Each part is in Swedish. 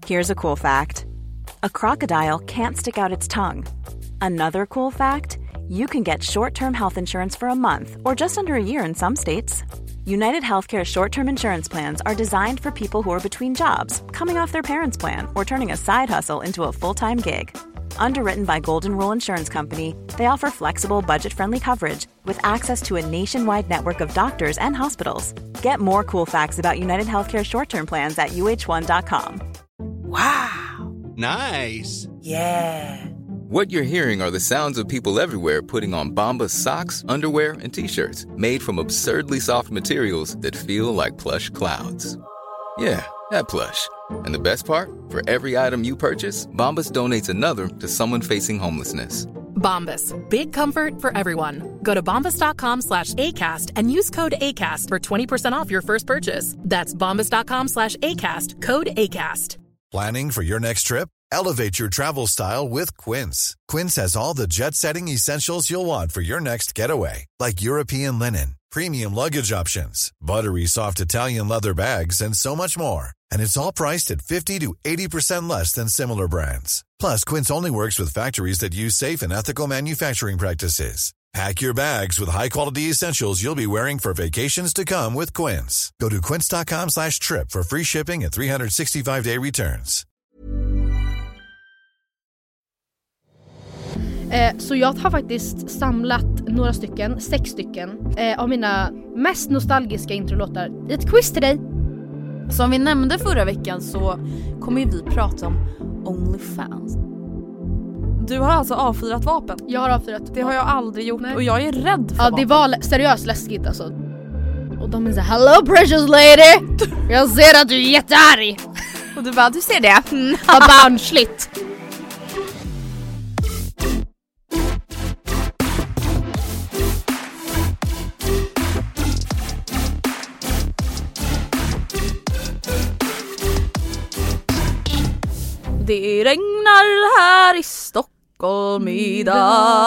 Here's a cool fact. A crocodile can't stick out its tongue. Another cool fact, you can get short-term health insurance for a month or just under a year in some states. United Healthcare short-term insurance plans are designed for people who are between jobs, coming off their parents' plan, or turning a side hustle into a full-time gig. Underwritten by Golden Rule Insurance Company, they offer flexible, budget-friendly coverage with access to a nationwide network of doctors and hospitals. Get more cool facts about United Healthcare short-term plans at uh1.com. Wow. Nice. Yeah. What you're hearing are the sounds of people everywhere putting on Bombas socks, underwear, and T-shirts made from absurdly soft materials that feel like plush clouds. Yeah, that plush. And the best part? For every item you purchase, Bombas donates another to someone facing homelessness. Bombas. Big comfort for everyone. Go to bombas.com/ACAST and use code ACAST for 20% off your first purchase. That's bombas.com/ACAST. Code ACAST. Planning for your next trip? Elevate your travel style with Quince. Quince has all the jet-setting essentials you'll want for your next getaway, like European linen, premium luggage options, buttery soft Italian leather bags, and so much more. And it's all priced at 50 to 80% less than similar brands. Plus, Quince only works with factories that use safe and ethical manufacturing practices. Pack your bags with high-quality essentials you'll be wearing for vacations to come with Quince. Go to quince.com/trip for free shipping and 365-day returns. Så jag har faktiskt samlat några stycken, 6 stycken av mina mest nostalgiska introlåtar i ett quiz till dig. Som vi nämnde förra veckan så kommer ju vi prata om OnlyFans. Du har alltså avfyrat vapen? Jag har avfyrat. Det har jag aldrig gjort. Nej. Och jag är rädd för vapen. Det var seriöst läskigt alltså. Och de är så här: hello precious lady! Jag ser att du är jättearg. Och du bara, du ser det? Vad barnsligt. Det regnar här i Stockholm idag.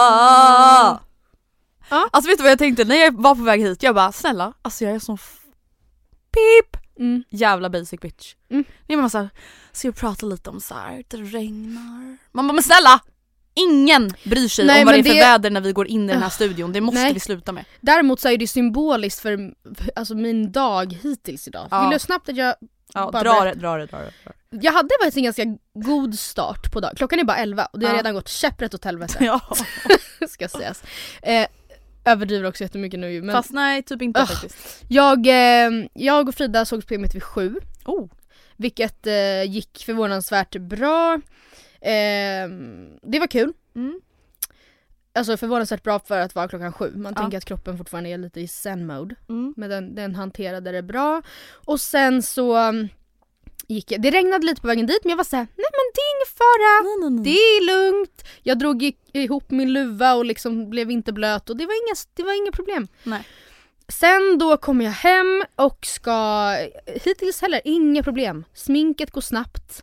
Ja. Alltså vet du vad jag tänkte när jag var på väg hit? Jag bara, snälla, alltså jag är sån pip. Jävla basic bitch. Nej men man så ska jag prata lite om så här, det regnar. Man bara, men snälla, ingen bryr sig om vad det är för väder när vi går in i den här studion. Det måste vi sluta med. Däremot så är det symboliskt för alltså min dag hittills idag. Vill du snabbt att jag dra det. Jag hade faktiskt en ganska god start på dagen. Klockan är bara 11 och det har redan gått käpprätt åt helvete. Ja. Ska sägas. Överdriver också jättemycket nu. Men fast nej, typ inte faktiskt. Jag och Frida såg programmet vid 7. Vilket gick förvånansvärt bra. Det var kul. Alltså förvånansvärt bra för att vara klockan 7. Man tänker att kroppen fortfarande är lite i zen-mode. Men den hanterade det bra. Och sen så det regnade lite på vägen dit, men jag var så här: nej men det är ingen fara. Nej. Det är lugnt. Jag drog ihop min luva och liksom blev inte blöt och det var inga problem. Nej. Sen då kommer jag hem och ska hittills heller inga problem. Sminket går snabbt.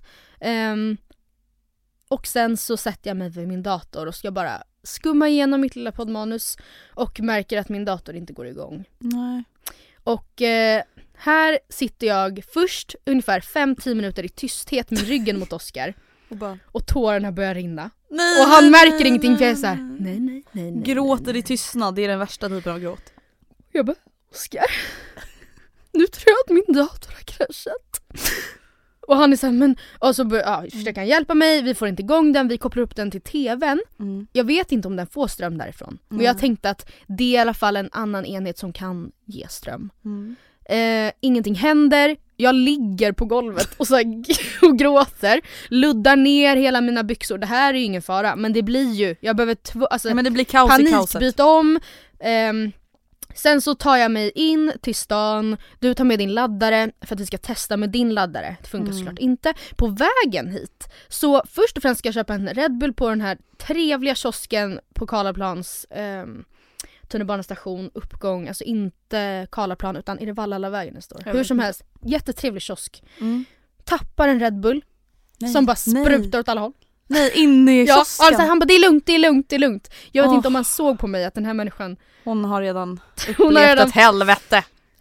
Och sen så sätter jag mig vid min dator och ska bara skumma igenom mitt lilla poddmanus och märker att min dator inte går igång. Nej. Och här sitter jag först ungefär 5-10 minuter i tysthet med ryggen mot Oscar. Och tårarna börjar rinna. Nej, och han märker ingenting för jag är så här: nej. Gråter i tystnad, det är den värsta typen av gråt. Jag bara, Oscar, nu tror jag att min dator har kraschat. Och han är så här, men och så försöker han hjälpa mig. Vi får inte igång den, vi kopplar upp den till tvn. Jag vet inte om den får ström därifrån. Men jag tänkte att det är i alla fall en annan enhet som kan ge ström. Ingenting händer. Jag ligger på golvet och och gråter. Luddar ner hela mina byxor. Det här är ju ingen fara, men det blir ju, jag behöver men det blir kaos i kaoset. Byta om. Sen så tar jag mig in till stan. Du tar med din laddare för att vi ska testa med din laddare. Det funkar såklart inte. På vägen hit, så först och främst ska jag köpa en Red Bull på den här trevliga kiosken på Karlaplans tunnelbanestation, uppgång. Alltså inte Karlaplan utan i det Vallalavägen det står. Hur som helst, jättetrevlig kiosk. Tappar en Red Bull som bara sprutar åt alla håll. Nej, inne i kiosken. Alltså, han bara, det är lugnt. Jag vet inte om man såg på mig att den här människan, hon har redan upplevt ett helvete.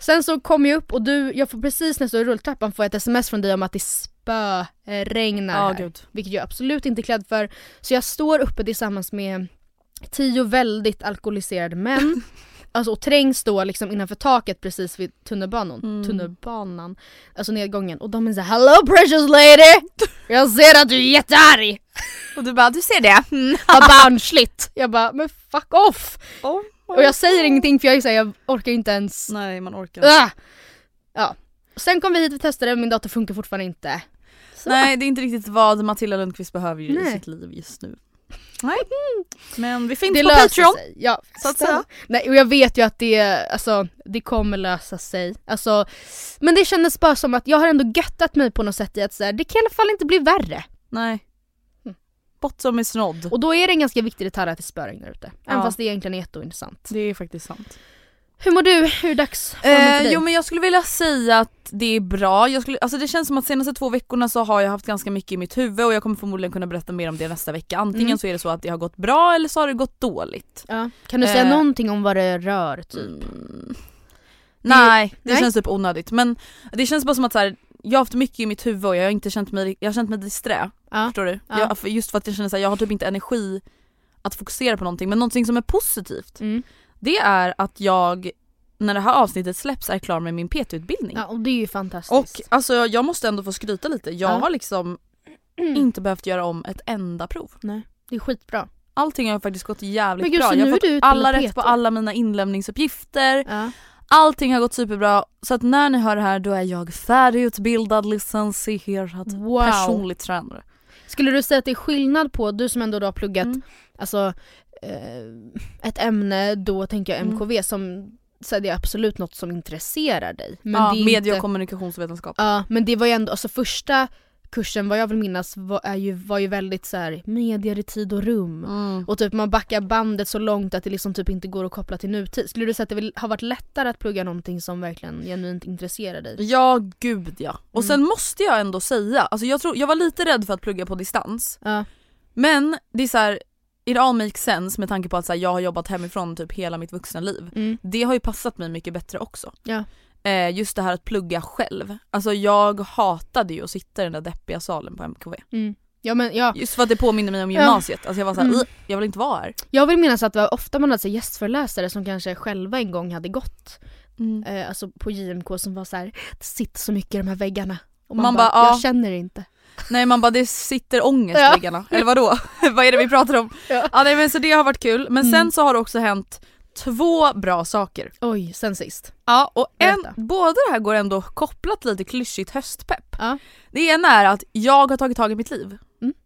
Sen så kom jag upp och jag får precis när jag står i rulltrappan får ett sms från dig om att det spöregnar här. Gud. Vilket jag absolut inte är klädd för. Så jag står uppe tillsammans med 10 väldigt alkoholiserade män. Alltså, och trängs då liksom innanför taket precis vid tunnelbanan. Alltså nedgången. Och de är så här: hello precious lady! Jag ser att du är jättearg! Och du bara, du ser det? Vad barnsligt! Jag bara, men fuck off! Och jag säger ingenting för jag orkar inte ens. Nej, man orkar inte. Ja. Och sen kom vi hit och testade och min dator funkar fortfarande inte. Så. Nej, det är inte riktigt vad Matilda Lundqvist behöver i sitt liv just nu. Nej. Men vi finns det på Patreon. Sig. Ja, så att säga. Nej, och jag vet ju att det kommer lösa sig. Alltså, men det kändes bara som att jag har ändå göttat mig på något sätt i att så här, det kan i alla fall inte bli värre. Nej. Bottom is nådd. Och då är det en ganska viktig detalj att det spöregnar ute. Även fast det egentligen är jätteintressant. Det är faktiskt sant. Hur mår du? Hur är dagsformen för dig? Jo, men jag skulle vilja säga att det är bra. Alltså det känns som att senaste 2 veckorna så har jag haft ganska mycket i mitt huvud och jag kommer förmodligen kunna berätta mer om det nästa vecka. Antingen så är det så att det har gått bra eller så har det gått dåligt. Ja. Kan du säga någonting om vad det rör typ? Nej, det känns typ onödigt. Men det känns bara som att så här, jag har haft mycket i mitt huvud och jag har känt mig disträ. Förstår du? Ja. Just för att jag känner så här, jag har typ inte energi att fokusera på någonting. Men någonting som är positivt, det är att jag, när det här avsnittet släpps, är klar med min PT-utbildning. Ja, och det är ju fantastiskt. Och alltså, jag måste ändå få skryta lite. Jag har liksom inte behövt göra om ett enda prov. Nej, det är skitbra. Allting har faktiskt gått jävligt gud, bra. Jag har fått alla rätt PT. på alla mina inlämningsuppgifter. Allting har gått superbra. Så att när ni hör det här, då är jag färdigutbildad licensierad personlig tränare. Skulle du säga att det är skillnad på, du som ändå då har pluggat alltså, ett ämne, då tänker jag MKV som, så det är absolut något som intresserar dig. Men det är media- och kommunikationsvetenskap. Ja, men det var ju ändå, alltså första kursen, vad jag vill minnas, var ju väldigt så här medier i tid och rum. Och typ man backar bandet så långt att det liksom typ inte går att koppla till nutid. Skulle du säga att det har varit lättare att plugga någonting som verkligen genuint intresserar dig? Ja, gud ja. Och sen måste jag ändå säga, alltså jag var lite rädd för att plugga på distans. Men det är så här, it all makes sense med tanke på att så här, jag har jobbat hemifrån typ hela mitt vuxna liv. Det har ju passat mig mycket bättre också. Ja. Just det här att plugga själv. Alltså jag hatade ju att sitta i den där deppiga salen på MKV. Ja, men, ja. Just för att det påminner mig om gymnasiet. Alltså jag var såhär, jag vill inte vara här. Jag vill minnas att det var ofta man hade så gästföreläsare som kanske själva en gång hade gått alltså på JMK som var så här: det sitter så mycket i de här väggarna. Och man bara, jag känner det inte. Nej, man bara, det sitter ångest i väggarna. Eller vadå? Vad är det vi pratar om? Nej, men så det har varit kul. Men sen så har det också hänt 2 bra saker. Oj, sen sist. Ja, och båda det här går ändå kopplat lite klyschigt höstpepp. Ja. Det ena är att jag har tagit tag i mitt liv.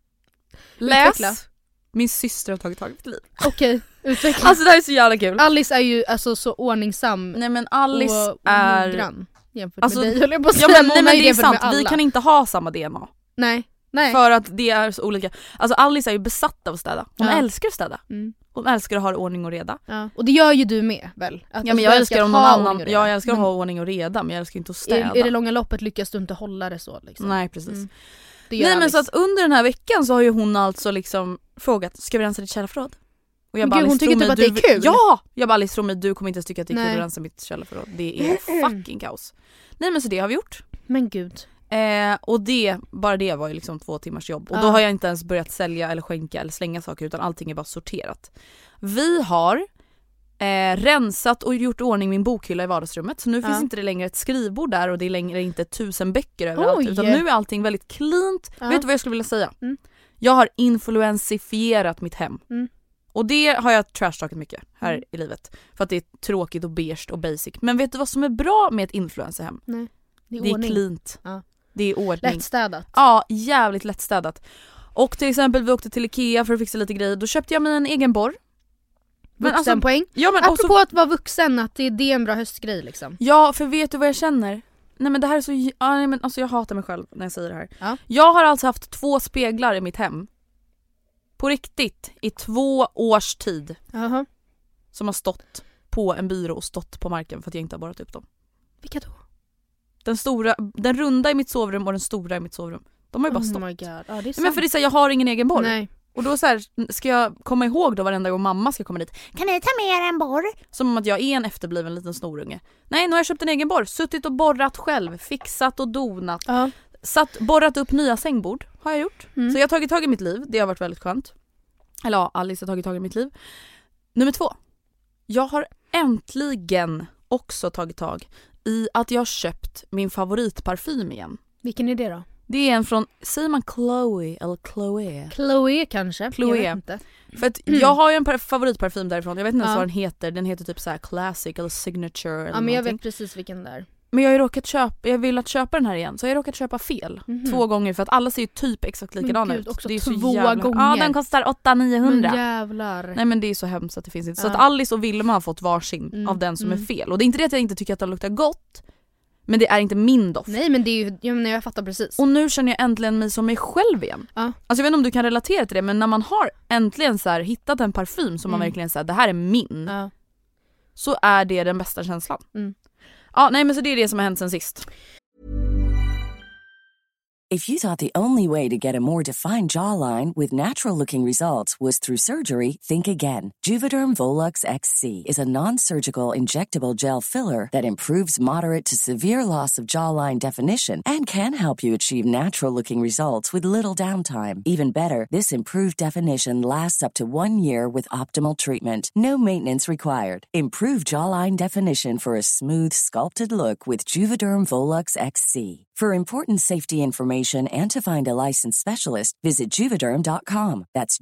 Läs. Utveckla. Min syster har tagit tag i mitt liv. Okej, utveckla. Alltså det här är så jävla kul. Alice är ju alltså så ordningsam. Nej, men Alice och är noggrann jämfört alltså, med dig, höll jag på att ja, säga. men det är jämfört sant, med vi alla. kan inte ha samma DNA. Nej. För att det är så olika. Alltså Alice är ju besatt av att städa. Hon Ja. älskar att städa. Hon älskar att ha ordning och reda. Ja. Och det gör ju du med väl? Att, Ja, men jag älskar om någon annan. Jag älskar att men ha ordning och reda, men jag älskar inte att städa. I det långa loppet lyckas du inte hålla det så liksom. Nej, precis. Det gör Nej, men Alice. så att under den här veckan så har ju hon alltså liksom frågat, ska vi rensa ditt källarförråd? Och jag Men gud, hon tycker typ att det är kul. Ja! Jag bara, Alice, tro mig, du kommer inte tycka att det är kul Nej. att rensa mitt källarförråd. Det är fucking kaos. Nej, men så det har vi gjort. Men gud. Och bara det var ju liksom 2 timmars jobb. Och då har jag inte ens börjat sälja eller skänka eller slänga saker, utan allting är bara sorterat. Vi har rensat och gjort ordning min bokhylla i vardagsrummet. Så nu finns inte det längre ett skrivbord där och det är längre inte 1000 böcker överallt. Utan nu är allting väldigt cleant. Vet du vad jag skulle vilja säga? Jag har influensifierat mitt hem. Och det har jag trashtalkat mycket här i livet. För att det är tråkigt och beige och basic. Men vet du vad som är bra med ett influencerhem? Nej. Det är cleant. Ja. Det är ordning. Lättstädat. Ja, jävligt lättstädat. Och till exempel vi åkte till Ikea för att fixa lite grejer. Då köpte jag mig en egen borr. Vuxenpoäng. Ja, men apropå att vara vuxen, att det är en bra höstgrej liksom. Ja, för vet du vad jag känner? Nej, men det här är så... nej, men alltså jag hatar mig själv när jag säger det här. Ja. Jag har alltså haft 2 speglar i mitt hem. På riktigt. I 2 års tid. Jaha. Som har stått på en byrå och stått på marken för att jag inte har borrat upp dem. Vilka då? Den runda i mitt sovrum och den stora i mitt sovrum. De har ju bara stått. Oh my god. Ja, det är sant. Men för det är så här, jag har ingen egen borr. Nej. Och då så här, ska jag komma ihåg då varenda gång mamma ska komma dit. Kan ni ta med er en borr? Som om att jag är en efterbliven liten snorunge. Nej, nu har jag köpt en egen borr. Suttit och borrat själv. Fixat och donat. Borrat upp nya sängbord har jag gjort. Så jag har tagit tag i mitt liv. Det har varit väldigt skönt. Eller ja, Alice har tagit tag i mitt liv. Nummer 2. Jag har äntligen också tagit tag i att jag har köpt min favoritparfym igen. Vilken är det då? Det är en från, säger man Chloe eller Chloe? Chloe kanske. Chloe. Jag vet inte. För att jag har ju en favoritparfym därifrån. Jag vet inte ens vad den heter. Den heter typ så här Classic eller Signature eller men jag någonting. vet precis vilken det är. Men jag har ju råkat köpa, jag vill att köpa den här igen. Så jag har råkat köpa fel 2 gånger för att alla ser ju typ exakt likadana ut. Också det är 2 så jävla... gånger. Ja, den kostar 800-900. Men jävlar. Nej men det är så hemskt att det finns inte. Så att Alice och Vilma har fått varsin av den som är fel. Och det är inte det att jag inte tycker att den luktar gott. Men det är inte min doft. Nej men det är ju, jag fattar precis. Och nu känner jag äntligen mig som mig själv igen. Alltså jag vet inte om du kan relatera till det, men när man har äntligen så här hittat en parfym som man verkligen säger det här är min. Så är det den bästa känslan. Ja, nej men så det är det som har hänt sen sist. If you thought the only way to get a more defined jawline with natural-looking results was through surgery, think again. Juvederm Volux XC is a non-surgical injectable gel filler that improves moderate to severe loss of jawline definition and can help you achieve natural-looking results with little downtime. Even better, this improved definition lasts up to 1 year with optimal treatment. No maintenance required. Improve jawline definition for a smooth, sculpted look with Juvederm Volux XC. For important safety information and to find a licensed specialist, visit Juvederm.com. That's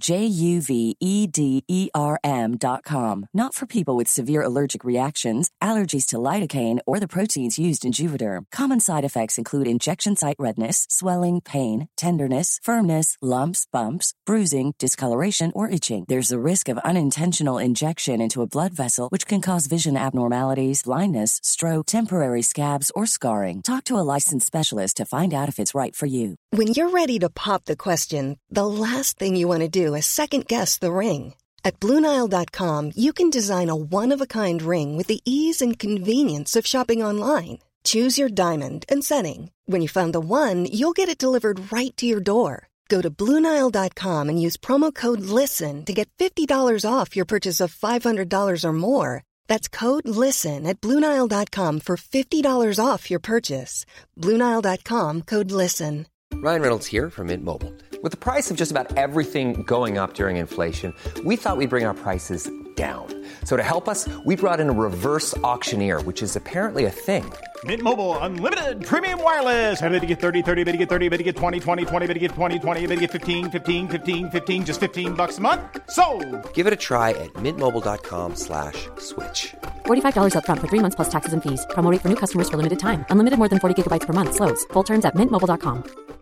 Juvederm.com. Not for people with severe allergic reactions, allergies to lidocaine, or the proteins used in Juvederm. Common side effects include injection site redness, swelling, pain, tenderness, firmness, lumps, bumps, bruising, discoloration, or itching. There's a risk of unintentional injection into a blood vessel, which can cause vision abnormalities, blindness, stroke, temporary scabs, or scarring. Talk to a licensed specialist to find out if it's right for you. When you're ready to pop the question, the last thing you want to do is second-guess the ring. At BlueNile.com, you can design a one-of-a-kind ring with the ease and convenience of shopping online. Choose your diamond and setting. When you find the one, you'll get it delivered right to your door. Go to BlueNile.com and use promo code LISTEN to get $50 off your purchase of $500 or more. That's code LISTEN at BlueNile.com for $50 off your purchase. BlueNile.com, code LISTEN. Ryan Reynolds here from Mint Mobile. With the price of just about everything going up during inflation, we thought we'd bring our prices down. So to help us, we brought in a reverse auctioneer, which is apparently a thing. Mint Mobile Unlimited Premium Wireless. How to get 30, 30, bit to get 30, bit to get 20, 20, 20, bit to get 20, 20, bit to get 15, 15, 15, 15, just $15 a month? Sold! Give it a try at mintmobile.com/switch. $45 up front for 3 months plus taxes and fees. Promo rate for new customers for limited time. Unlimited more than 40 gigabytes per month. Slows full terms at mintmobile.com.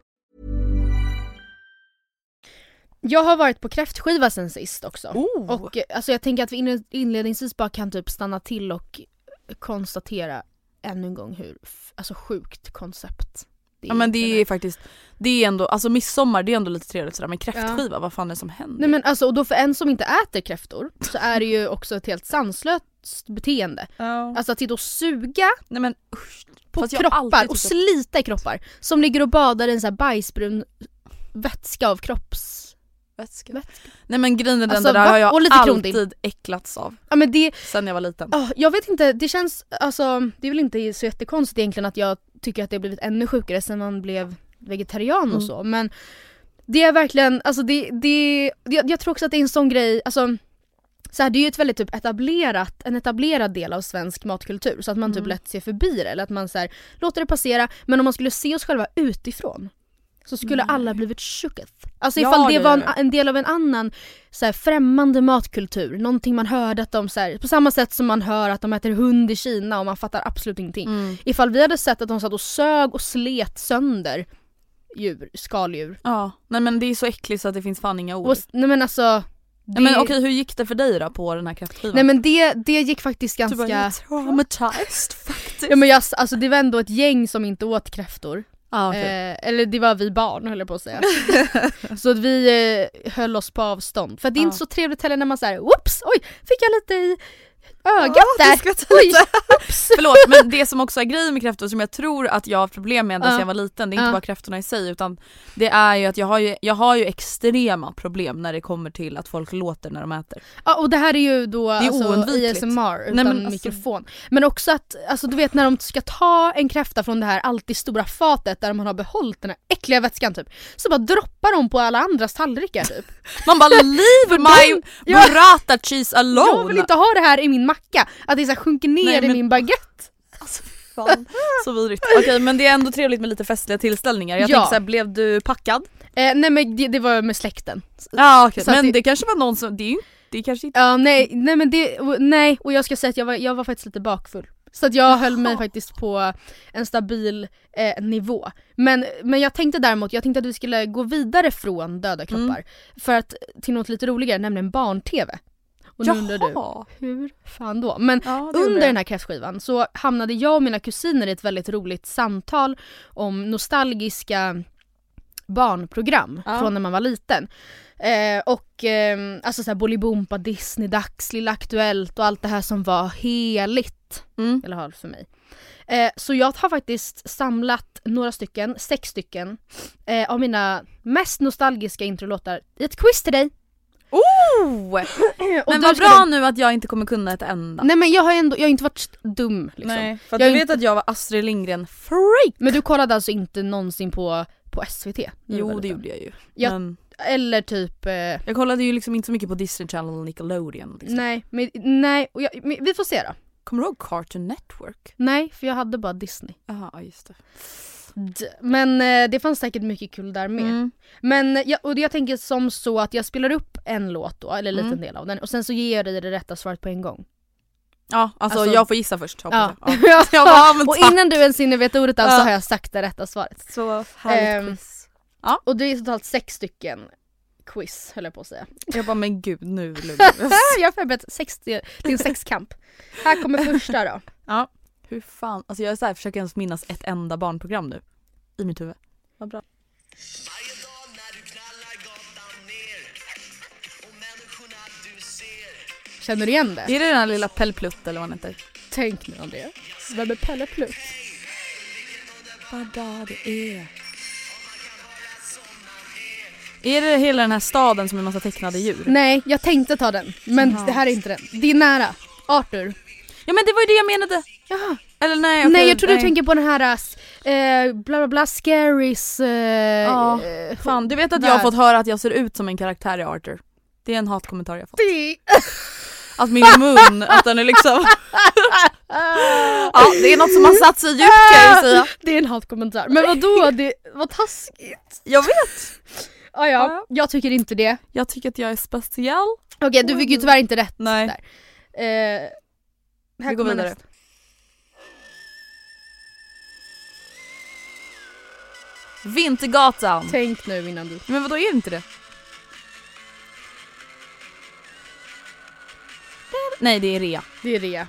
Jag har varit på kräftskiva sen sist också. Och alltså jag tänker att vi inledningsvis bara kan typ stanna till och konstatera ännu en gång hur sjukt koncept det är. Ja men det är faktiskt, det är ändå, alltså midsommar det är ändå lite trevligt sådär, men kräftskiva, vad fan är det som händer? Nej men alltså, och då för en som inte äter kräftor så är det ju också ett helt sanslöst beteende. Alltså att sitta och suga på kroppar och slita i kroppar som ligger och badar i en så här bajsbrun vätska av vätska. Nej men grejen är den alltså, där har jag alltid klondig. Äcklats av. Ja, men det, sen jag var liten. Jag vet inte, det känns, alltså det är väl inte så jättekonstigt egentligen att jag tycker att det har blivit ännu sjukare sen man blev vegetarian och så, men det är verkligen, alltså jag tror också att det är en sån grej, alltså så här, det är ju ett väldigt typ en etablerad del av svensk matkultur, så att man typ lätt ser förbi det, eller att man så här, låter det passera, men om man skulle se oss själva utifrån så skulle alla blivit shooketh. Alltså ifall det var en del av en annan så här, främmande matkultur, någonting man hörde att de så här, på samma sätt som man hör att de äter hund i Kina och man fattar absolut ingenting. Ifall vi hade sett att de satt och sög och slet sönder skaldjur. Ja, nej men det är så äckligt så att det finns fan inga ord. Nej men alltså men okej, hur gick det för dig då på den här kräftskivan? Nej men det gick faktiskt ganska... Du bara, traumatized faktiskt. Ja men alltså det var ändå ett gäng som inte åt kräftor. Okay. Eller det var vi barn, höll jag på att säga. Så att vi höll oss på avstånd. För det är inte så trevligt heller när man säger, whoops, oj, fick jag lite i ögat där. Oj, förlåt, men det som också är grejen med kräftor som jag tror att jag har problem med ända sedan jag var liten, det är inte bara kräftorna i sig, utan det är ju att jag har ju extrema problem när det kommer till att folk låter när de äter. Ja, och det här är ju då det är oundvikligt. ASMR utan mikrofon. Men också att, alltså du vet när de ska ta en kräfta från det här alltid stora fatet där man har behållit den här äckliga vätskan typ, så bara droppar de på alla andras tallrikar typ. Man bara leave my burrata cheese alone. Jag vill inte ha det här i min macka, att det så här sjunker ner i min baguette. Alltså fan, så vidrigt. Okej, men det är ändå trevligt med lite festliga tillställningar. Jag tänkte så här, blev du packad? Nej men det var med släkten. Ja okej, men det kanske var någon som, det kanske inte... Ja nej, och jag ska säga att jag var faktiskt lite bakfull. Så att jag höll mig faktiskt på en stabil nivå. Men jag tänkte däremot, att vi skulle gå vidare från döda kroppar för att till något lite roligare, nämligen barn-tv. Och nu undrar du, hur fan då? Men under den här kräftskivan så hamnade jag och mina kusiner i ett väldigt roligt samtal om nostalgiska barnprogram från när man var liten. Alltså såhär Bolibompa, Disney-dags, Lilla Aktuellt och allt det här som var heligt. Eller har för mig. Så jag har faktiskt samlat 6 stycken av mina mest nostalgiska introlåtar i ett quiz till dig. Men vad bra nu att jag inte kommer kunna ett enda. Nej men jag har inte varit dum liksom. Nej, för att du vet att jag var Astrid Lindgren freak. Men du kollade alltså inte någonsin på SVT? Jo, det gjorde jag ju. Men... Eller typ... Jag kollade ju liksom inte så mycket på Disney Channel och Nickelodeon. Liksom. Nej, och vi får se då. Kommer du ihåg Cartoon Network? Nej, för jag hade bara Disney. Jaha, just det. Men det fanns säkert mycket kul där med. Men jag tänker som så att jag spelar upp en låt då, eller en liten del av den, och sen så ger jag dig det rätta svaret på en gång. Ja, alltså jag får gissa först. Ja. Jag bara, och innan du ens hinner veta ordet av så har jag sagt det rätta svaret. Så härligt quiz. Ja. Och det är totalt 6 stycken quiz, höll jag på att säga. Jag bara, men gud, nu jag har förberett 60 till 6-kamp. Här kommer första då. Ja. Hur fan, alltså jag är så här, försöker ens minnas ett enda barnprogram nu i mitt huvud. Vad bra. Känner du igen det? Är det den här lilla Pelle Plutt eller vad han heter? Tänk nu om det. Vem är Pelle Plutt? Vad det är. Är det hela den här staden som är en massa tecknade djur? Nej, jag tänkte ta den. Men det här är inte den. Det är nära. Arthur. Ja men det var ju det jag menade. Jaha. Eller nej, okay, nej, jag tror du tänker på den här bla bla bla Scarys fan, du vet att jag har fått höra att jag ser ut som en karaktär i Arthur. Det är en hatkommentar jag fått. Att min mun, att den är liksom ja, det är något som har satt sig djupt kan jag säga. Det är en hatkommentar. Men vadå? Det var taskigt. Jag vet. Ja, jag tycker inte det. Jag tycker att jag är speciell. Okej, du fick ju tyvärr inte rätt nej. Där. Här vi går vidare. Nästa. Vintergatan. Tänk nu innan du... Men vadå, är det inte det? Nej, det är Rea. Det är Rea.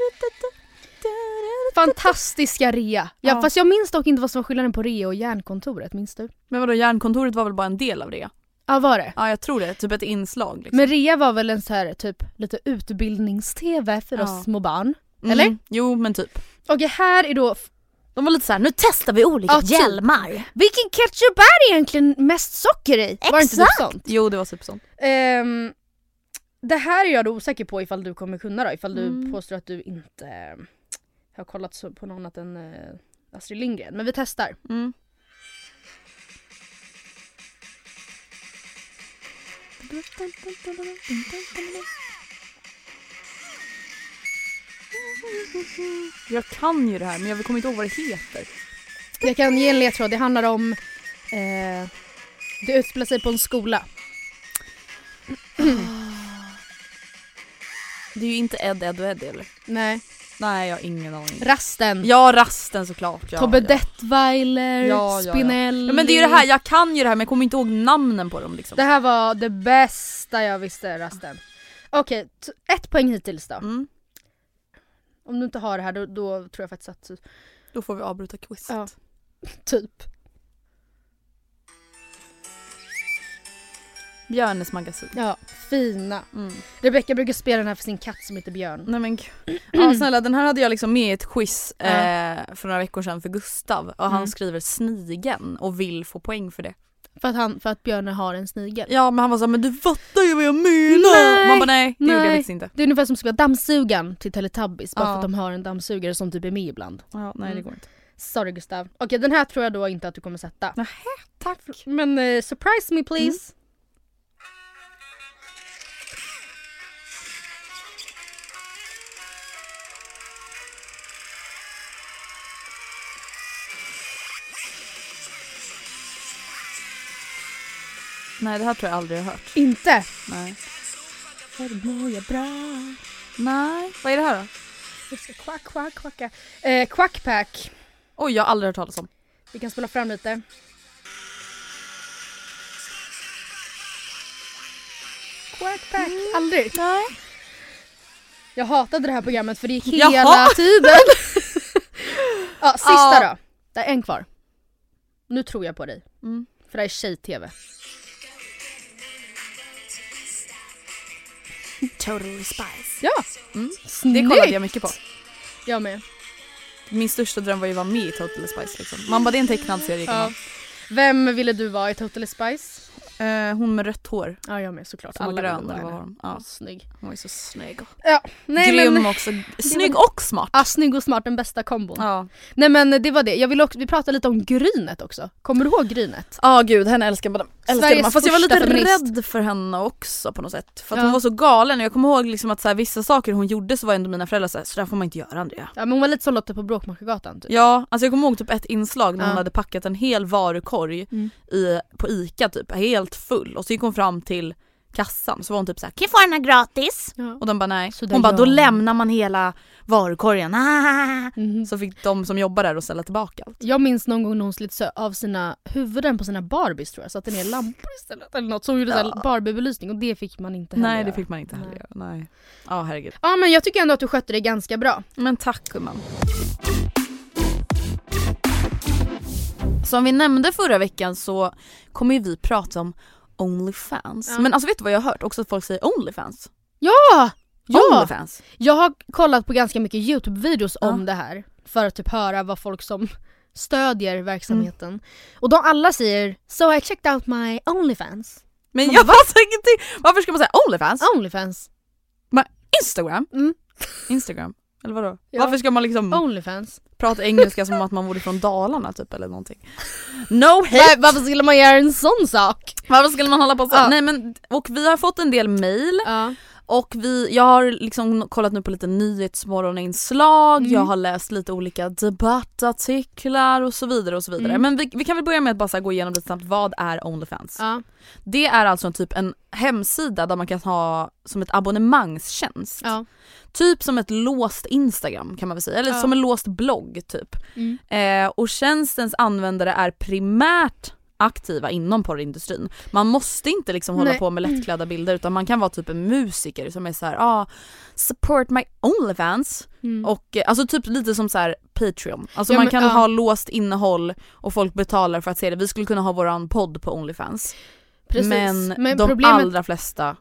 Fantastiska Rea. Ja, fast jag minns dock inte vad som var skillnaden på Rea och Järnkontoret, minns du? Men vadå, Järnkontoret var väl bara en del av Rea? Ja, var det? Ja, jag tror det. Typ ett inslag. Liksom. Men Rea var väl en så här typ lite utbildnings-tv för oss små barn? Eller? Jo, men typ. Okej, här är då... De var lite så här, nu testar vi olika hjälmar. Vilken ketchup är det egentligen mest socker i? Exakt. Var det inte typ sånt? Jo, det var typ sånt. Det här är jag då osäker på ifall du kommer kunna då. Ifall du påstår att du inte har kollat på någon annat än Astrid Lindgren. Men vi testar. Jag kan ju det här, men jag kommer inte ihåg vad det heter. Jag kan ge en ledtråd. Det handlar om det utspelar sig på en skola. Det är ju inte Ed och Eddie, eller? Nej. Nej, jag har ingen aning. Rasten. Ja, Rasten såklart. Ja, Tobbe Detweiler, Spinelli. Ja, men det är ju det här, jag kan ju det här men jag kommer inte ihåg namnen på dem liksom. Det här var det bästa jag visste, Rasten. Okej, 1 poäng hittills då. Om du inte har det här då tror jag faktiskt att... Då får vi avbryta quizet. Ja, typ. Björnes magasin. Ja, fina. Rebecca brukar spela den här för sin katt som heter Björn. Nej men ja, snälla, den här hade jag liksom med i ett quiz för några veckor sedan för Gustav. Och han skriver snigen och vill få poäng för det. För att Björn har en snigel. Ja, men han var så här, men du fattar ju vad jag menar. Nej, man bara nej, det gjorde jag faktiskt inte. Det är ungefär som ska vara dammsugan till Teletubbies. Bara för att de har en dammsugare som typ är med ibland. Ja, nej det går inte. Sorry Gustav. Okej, den här tror jag då inte att du kommer sätta. Nähä, tack. Men surprise me please. Nej, det här tror jag aldrig har hört. Inte? Nej. För mår jag bra. Nej, vad är det här då? Jag ska kvacka. Quackpack. Oj, jag har aldrig hört talas om. Vi kan spela fram lite. Quackpack. Aldrig? Nej. Jag hatade det här programmet för det gick hela tiden. Ja, sista då. Det är en kvar. Nu tror jag på dig. För det är tjej-tv. Totally Spice. Ja. Det kollade jag mycket på. Jag med. Min största dröm var ju att vara med i Totally Spice liksom. Man bara, det är en tecknad serie. Ja. Vem ville du vara i Totally Spice? Hon med rött hår. Ja, jag med såklart. Som var grön eller vad var hon? Ja, snygg. Hon var så snygg. Ja, nej, grym också. Snygg och smart. Ja, snygg och smart, den bästa kombon. Ja. Nej men det var det. Jag vill också, vi pratade lite om Grynet också. Kommer du ihåg Grynet? Ja, gud, henne älskar man. Fast jag var lite feminist. rädd för henne också på något sätt. För att hon var så galen. Jag kommer ihåg liksom att så här, vissa saker hon gjorde så var ändå mina föräldrar så där får man inte göra, Andrea. Ja, men hon var lite så Lotte på Bråkmakargatan typ. Ja, alltså jag kommer ihåg typ ett inslag när hon hade packat en hel varukorg på Ica typ, helt full. Och så gick hon fram till kassan så var hon typ såhär, kan jag få den här gratis? Ja. Och de bara nej. Hon bara, då lämnar man hela varukorgen. Så fick de som jobbar där att ställa tillbaka allt. Jag minns någon gång när hon slet av sina huvuden på sina Barbies tror jag. Så att den är lampor istället eller något. Så hon gjorde så Barbie-belysning och det fick man inte heller Nej, göra. det fick man inte heller göra. Nej. Ja, herregud. Ja, men jag tycker ändå att du skötte det ganska bra. Men tack, gumman. Som vi nämnde förra veckan så kommer ju vi prata om OnlyFans. Ja. Men alltså vet du vad jag har hört? Också att folk säger OnlyFans. Ja! OnlyFans. Jag har kollat på ganska mycket YouTube-videos om det här. För att typ höra vad folk som stödjer verksamheten. Och de alla säger, so I checked out my OnlyFans. Men jag fattar ingenting. Varför ska man säga OnlyFans? OnlyFans. Men Instagram? Instagram? Eller vadå? Ja. Varför ska man liksom OnlyFans prata engelska som att man vore från Dalarna typ eller någonting? No hate! Varför skulle man göra en sån sak? Varför skulle man hålla på så? Nej men, och vi har fått en del mejl. Och jag har liksom kollat nu på lite nyhetsmorgoninslag, jag har läst lite olika debattartiklar och så vidare och så vidare. Men vi kan väl börja med att bara så här gå igenom lite snabbt, vad är OnlyFans? Det är alltså en hemsida där man kan ha som ett abonnemangstjänst. Typ som ett låst Instagram kan man väl säga, eller som en låst blogg typ. Och tjänstens användare är primärt aktiva inom porrindustrin. Man måste inte liksom hålla på med lättklädda bilder utan man kan vara typ en musiker som är så här, support my OnlyFans. Och alltså typ lite som så här Patreon. Alltså man kan ha låst innehåll och folk betalar för att se det. Vi skulle kunna ha våran podd på OnlyFans. Precis. Men de allra flesta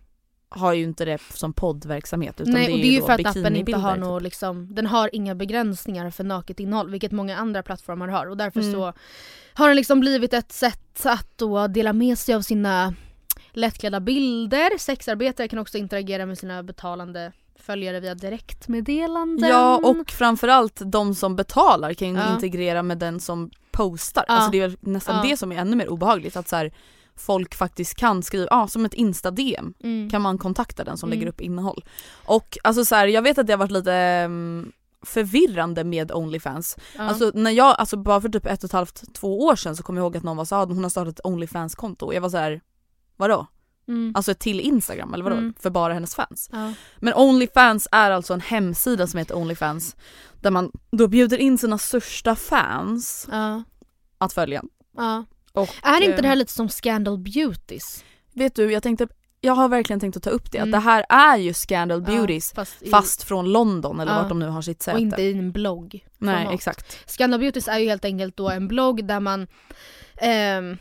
har ju inte det som poddverksamhet utan nej, det är och det är ju då för att appen inte har typ. något liksom, den har inga begränsningar för naket innehåll, vilket många andra plattformar har, och därför så har den liksom blivit ett sätt att då dela med sig av sina lättklädda bilder. Sexarbetare kan också interagera med sina betalande följare via direktmeddelanden. Ja, och framförallt de som betalar kan ju integrera med den som postar. Alltså det är väl nästan det som är ännu mer obehagligt, att så här, folk faktiskt kan skriva, som ett Insta-DM kan man kontakta den som lägger upp innehåll. Och alltså så här, jag vet att det har varit lite förvirrande med OnlyFans. Alltså när jag, bara för typ 1,5-2 år sedan så kom jag ihåg att någon var så här, hon har startat ett OnlyFans-konto och jag var så här, vadå? Alltså till Instagram eller vadå? För bara hennes fans. Men OnlyFans är alltså en hemsida som heter OnlyFans där man då bjuder in sina största fans att följa. Och, är inte det här lite som Scandal Beauties? Vet du, jag har verkligen tänkt att ta upp det. Att det här är ju Scandal Beauties fast från London eller vart de nu har sitt säte. Och inte i en blogg. Nej, exakt. Scandal Beauties är ju helt enkelt då en blogg där man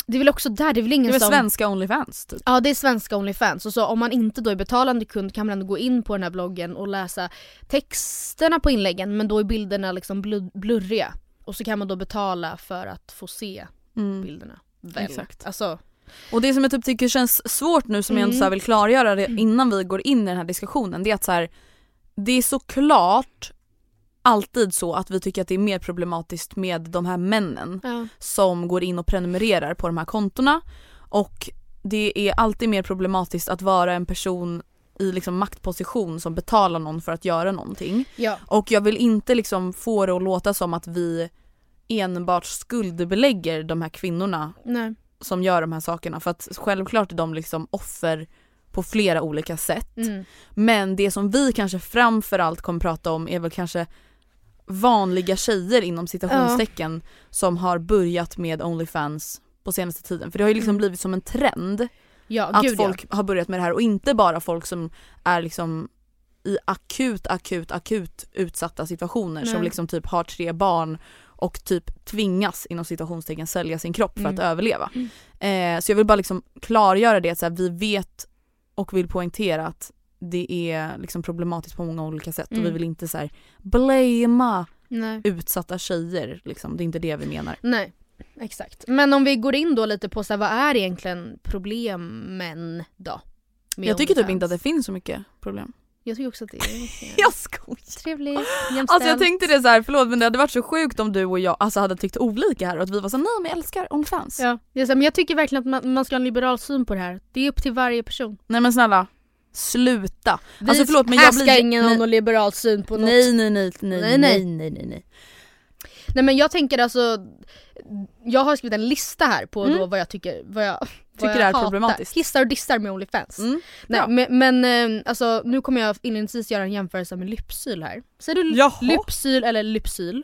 det är väl också där, det är väl ingen det är väl som... svenska OnlyFans typ. Ja, det är svenska OnlyFans. Och så om man inte då är betalande kund kan man ändå gå in på den här bloggen och läsa texterna på inläggen, men då är bilderna liksom blurriga. Och så kan man då betala för att få se bilderna. Väl. Exakt. Alltså... Och det som jag typ tycker känns svårt nu, som jag ändå så här vill klargöra det innan vi går in i den här diskussionen, det är att så här, det är såklart alltid så att vi tycker att det är mer problematiskt med de här männen som går in och prenumererar på de här kontona, och det är alltid mer problematiskt att vara en person i liksom maktposition som betalar någon för att göra någonting. Och jag vill inte liksom få det att låta som att vi enbart skuldbelägger de här kvinnorna som gör de här sakerna, för att självklart är de liksom offer på flera olika sätt. Men det som vi kanske framförallt kommer prata om är väl kanske vanliga tjejer inom citationstecken som har börjat med OnlyFans på senaste tiden. För det har ju liksom blivit som en trend att folk har börjat med det här, och inte bara folk som är liksom i akut utsatta situationer som liksom typ har 3 barn och typ tvingas inom citationstecken sälja sin kropp för att överleva. Så jag vill bara liksom klargöra det, att så här, vi vet och vill poängtera att det är liksom problematiskt på många olika sätt, och vi vill inte så här blamea utsatta tjejer liksom. Det är inte det vi menar. Nej, exakt. Men om vi går in då lite på så här, vad är egentligen problemen då? Jag tycker typ inte att det finns så mycket problem. Jag tycker också att det är jag skojar. Trevligt, jämställt. Alltså jag tänkte det så här, förlåt, men det hade varit så sjukt om du och jag alltså hade tyckt olika här, och att vi var så nej, men jag älskar OnlyFans. Ja, men jag tycker verkligen att man ska ha en liberal syn på det här. Det är upp till varje person. Nej men snälla, sluta. Vi alltså förlåt, men jag blir ingen ha någon liberal syn på något. Nej. Nej, men jag tänker alltså, jag har skrivit en lista här på då vad jag tycker det är problematiskt. Hissar och dissar med OnlyFans. Nej, men alltså, nu kommer jag inledningsvis göra en jämförelse med lypsyl här. Säger du lypsyl eller lypsyl?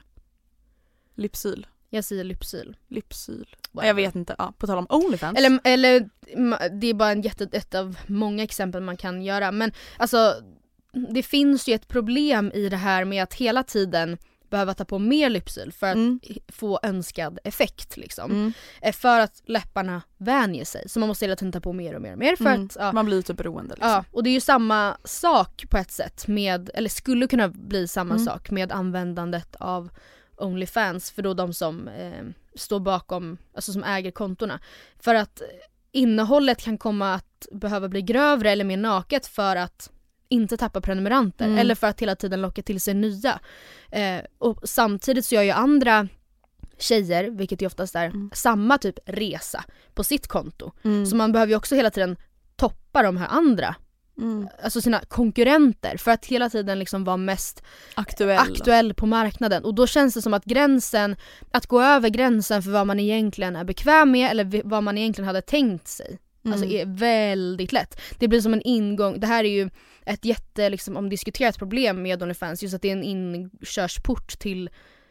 Lypsyl. Jag säger lypsyl. Jag vet inte, på tal om OnlyFans. Eller det är bara ett av många exempel man kan göra. Men alltså, det finns ju ett problem i det här med att hela tiden behöva ta på mer lypsyl för att få önskad effekt liksom. För att läpparna vänjer sig. Så man måste hela tiden ta på mer och mer för att man blir typ beroende liksom. Ja, och det är ju samma sak på ett sätt med, eller skulle kunna bli samma sak med användandet av OnlyFans, för då de som står bakom, alltså som äger kontona. För att innehållet kan komma att behöva bli grövre eller mer naket för att inte tappa prenumeranter eller för att hela tiden locka till sig nya. Och samtidigt så gör ju andra tjejer, vilket ju oftast är samma typ resa på sitt konto. Så man behöver ju också hela tiden toppa de här andra. Alltså sina konkurrenter, för att hela tiden liksom vara mest aktuell på marknaden. Och då känns det som att att gå över gränsen för vad man egentligen är bekväm med eller vad man egentligen hade tänkt sig, alltså är väldigt lätt. Det blir som en ingång. Det här är ju ett jätte liksom, omdiskuterat problem med OnlyFans, just att det är en inkörsport till.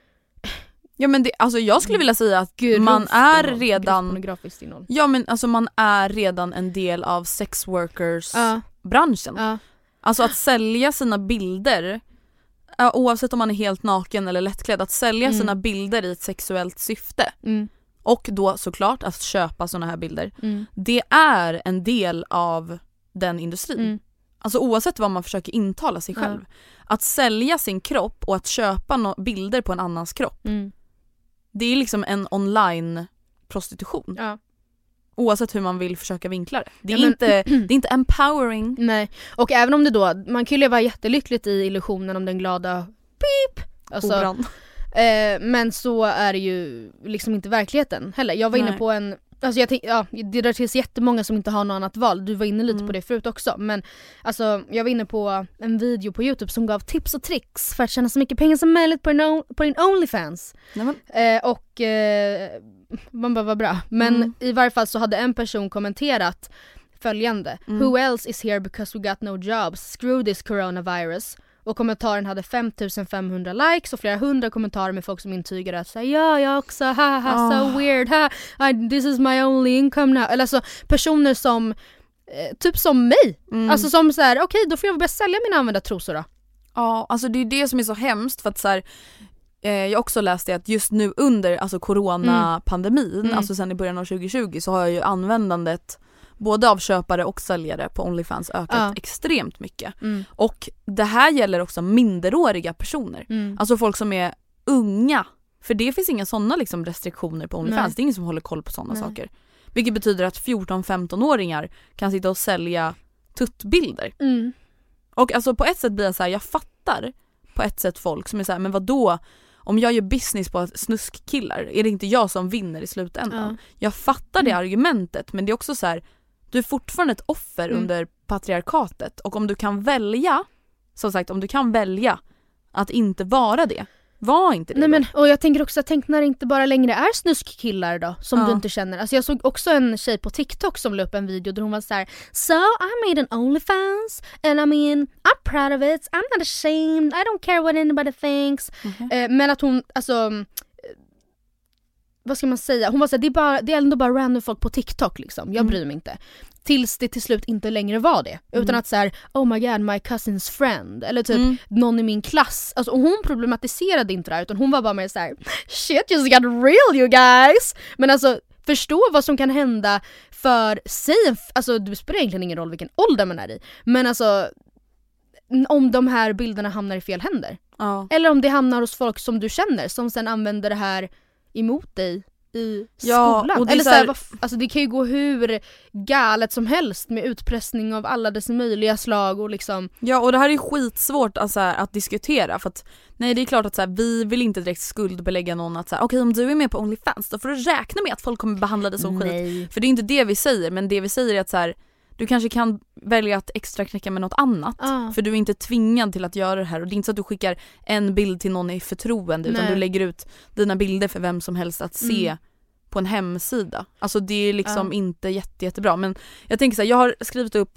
Ja, men alltså jag skulle vilja säga att man är redan man är redan en del av sex workers branschen. Alltså att sälja sina bilder, oavsett om man är helt naken eller lättklädd, att sälja sina bilder i ett sexuellt syfte. Och då såklart att köpa såna här bilder. Det är en del av den industrin. Alltså oavsett vad man försöker intala sig själv. Att sälja sin kropp och att köpa bilder på en annans kropp. Det är liksom en online prostitution. Oavsett hur man vill försöka vinkla det. Det är inte empowering. Nej, och även om det då, man kan ju leva jättelyckligt i illusionen om den glada pip. Alltså, men så är det ju liksom inte verkligheten heller. Jag var inne på en, alltså det drar till sig jättemånga som inte har något annat val. Du var inne lite på det förut också. Men alltså, jag var inne på en video på YouTube som gav tips och tricks för att tjäna så mycket pengar som möjligt på din OnlyFans. Och man bara var bra. Men i varje fall så hade en person kommenterat följande: Who else is here because we got no jobs? Screw this coronavirus. Och kommentaren hade 5500 likes och flera hundra kommentarer med folk som intygade att säga ja, jag också, haha, so weird, this is my only income now. Eller alltså personer som typ som mig. Alltså som så här, okej, då får jag börja sälja mina använda trosor då. Ja, alltså det är det som är så hemskt, för att så här, jag också läste att just nu under alltså coronapandemin, alltså sen i början av 2020 så har ju användandet både av köpare och säljare på OnlyFans ökat extremt mycket. Och det här gäller också minderåriga personer. Alltså folk som är unga. För det finns inga sådana liksom restriktioner på OnlyFans. Nej. Det är ingen som håller koll på sådana saker. Vilket betyder att 14-15-åringar kan sitta och sälja tuttbilder. Och alltså på ett sätt blir jag så här, jag fattar på ett sätt folk som är så här, men vadå? Om jag gör business på snuskkillar, är det inte jag som vinner i slutändan? Jag fattar det argumentet, men det är också så här, du är fortfarande ett offer under patriarkatet. Och om du kan välja, som sagt, om du kan välja att inte vara det, var inte det. Nej, men, och jag tänker också, tänk när det inte bara längre är snuskkillar då, som du inte känner. Alltså jag såg också en tjej på TikTok som la upp en video där hon var så här: So I made an OnlyFans and I mean I'm proud of it, I'm not ashamed, I don't care what anybody thinks. Men att hon, alltså vad ska man säga, hon var så här, det är ändå bara random folk på TikTok liksom, jag bryr mig inte. Tills det till slut inte längre var det. Utan att så här, oh my god, my cousin's friend. Eller typ någon i min klass. Alltså, och hon problematiserade inte det här, utan hon var bara mer så här: shit just got real you guys. Men alltså, förstå vad som kan hända för sig. Alltså det spelar egentligen ingen roll vilken ålder man är i. Men alltså, om de här bilderna hamnar i fel händer. Eller om det hamnar hos folk som du känner, som sen använder det här emot dig i skolan. Och det, eller så här, alltså det kan ju gå hur galet som helst med utpressning av alla dess möjliga slag och liksom. Ja, och det här är skitsvårt alltså, att diskutera, för att nej, det är klart att så här, vi vill inte direkt skuldbelägga någon att så här, okej, om du är med på OnlyFans då får du räkna med att folk kommer behandla det som skit. För det är inte det vi säger, men det vi säger är att så här, du kanske kan välja att extra knäcka med något annat. För du är inte tvingad till att göra det här. Och det är inte så att du skickar en bild till någon i förtroende. Utan du lägger ut dina bilder för vem som helst att se på en hemsida. Alltså det är liksom inte jättebra. Men jag tänker så här, jag har skrivit upp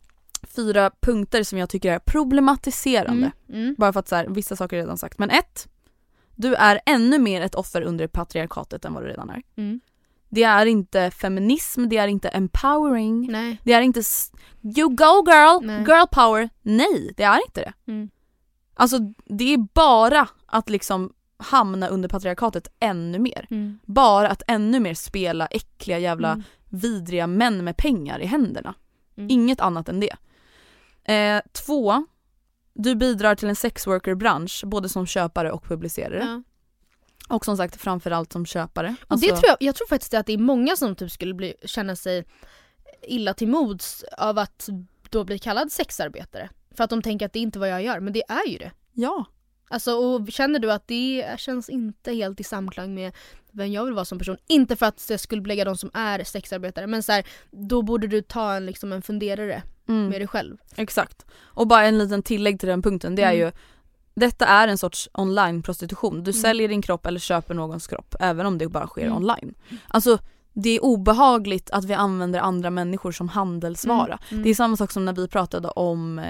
4 punkter som jag tycker är problematiserande. Bara för att så här, vissa saker är redan sagt. Men 1, du är ännu mer ett offer under patriarkatet än vad du redan är. Det är inte feminism, det är inte empowering. Nej. Det är inte you go girl, girl power. Nej, det är inte det. Alltså det är bara att liksom hamna under patriarkatet ännu mer. Bara att ännu mer spela äckliga jävla vidriga män med pengar i händerna. Inget annat än det. 2, du bidrar till en sexworker-bransch både som köpare och publicerare. Och som sagt framförallt som köpare. Och alltså, det jag tror faktiskt att det är många som typ skulle känna sig illa till mods av att då bli kallad sexarbetare. För att de tänker att det är inte vad jag gör, men det är ju det. Ja. Alltså, och känner du att det känns inte helt i samklang med vem jag vill vara som person. Inte för att det skulle belägga de som är sexarbetare, men så här, då borde du ta en funderare med dig själv. Exakt. Och bara en liten tillägg till den punkten, det är ju detta är en sorts online-prostitution. Du säljer din kropp eller köper någons kropp, även om det bara sker online. Alltså, det är obehagligt att vi använder andra människor som handelsvara. Det är samma sak som när vi pratade om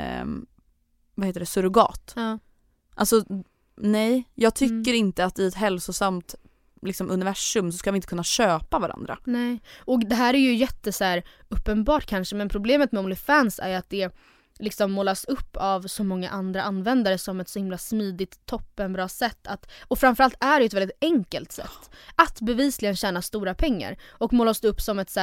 surrogat. Alltså, nej, jag tycker inte att i ett hälsosamt liksom, universum så ska vi inte kunna köpa varandra. Nej, och det här är ju uppenbart kanske, men problemet med OnlyFans är att det liksom målas upp av så många andra användare som ett så himla smidigt, toppenbra sätt att, och framförallt är det ett väldigt enkelt sätt att bevisligen tjäna stora pengar, och målas upp som ett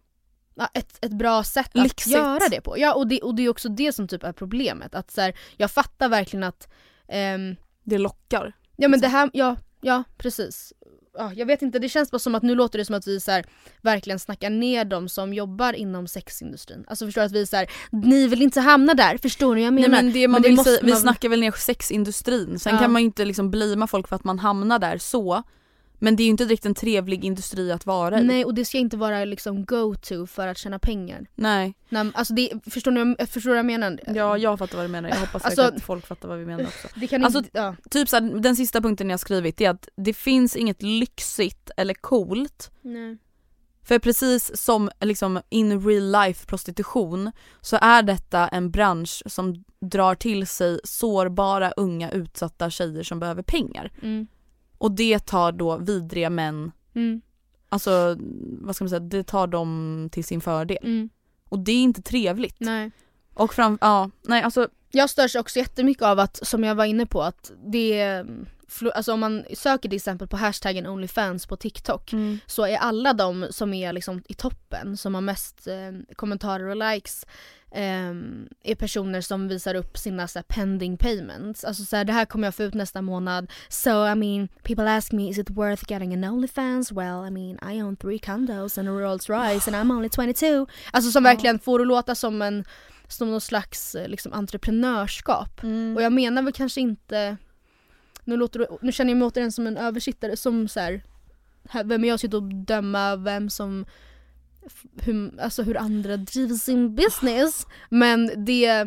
ett bra sätt att göra det på. Ja, och det är också det som typ är problemet, att jag fattar verkligen att det lockar. Ja, men det här, ja precis. Ja, jag vet inte, det känns bara som att nu låter det som att vi verkligen snackar ner dem som jobbar inom sexindustrin. Alltså förstår att vi ni vill inte hamna där, förstår ni jag menar? Nej, men det man vill säga, vi snackar väl ner sexindustrin. Sen kan man ju inte liksom blima folk för att man hamnar där så. Men det är ju inte direkt en trevlig industri att vara i. Nej, och det ska inte vara liksom go-to för att tjäna pengar. Nej. Alltså förstår du vad jag menar? Ja, jag fattar vad du menar. Jag hoppas att folk fattar vad vi menar också. Det kan typ den sista punkten jag skrivit är att det finns inget lyxigt eller coolt. Nej. För precis som liksom in real life prostitution så är detta en bransch som drar till sig sårbara, unga, utsatta tjejer som behöver pengar. Och det tar då vidriga män, alltså vad ska man säga, det tar dem till sin fördel. Och det är inte trevligt. Nej. Och alltså jag störs också jättemycket av att, som jag var inne på, att det alltså om man söker till exempel på hashtaggen OnlyFans på TikTok så är alla de som är liksom i toppen, som har mest kommentarer och likes, är personer som visar upp sina så här, pending payments. Alltså så här, det här kommer jag få ut nästa månad. So I mean, people ask me, is it worth getting an OnlyFans? Well, I mean, I own 3 condos and a Rolls Royce and I'm only 22. Alltså som verkligen får det låta som någon slags liksom, entreprenörskap. Och jag menar väl kanske inte... Nu känner jag mig återigen som en översittare som så här, vem jag sitter och döma vem som hur andra driver sin business, men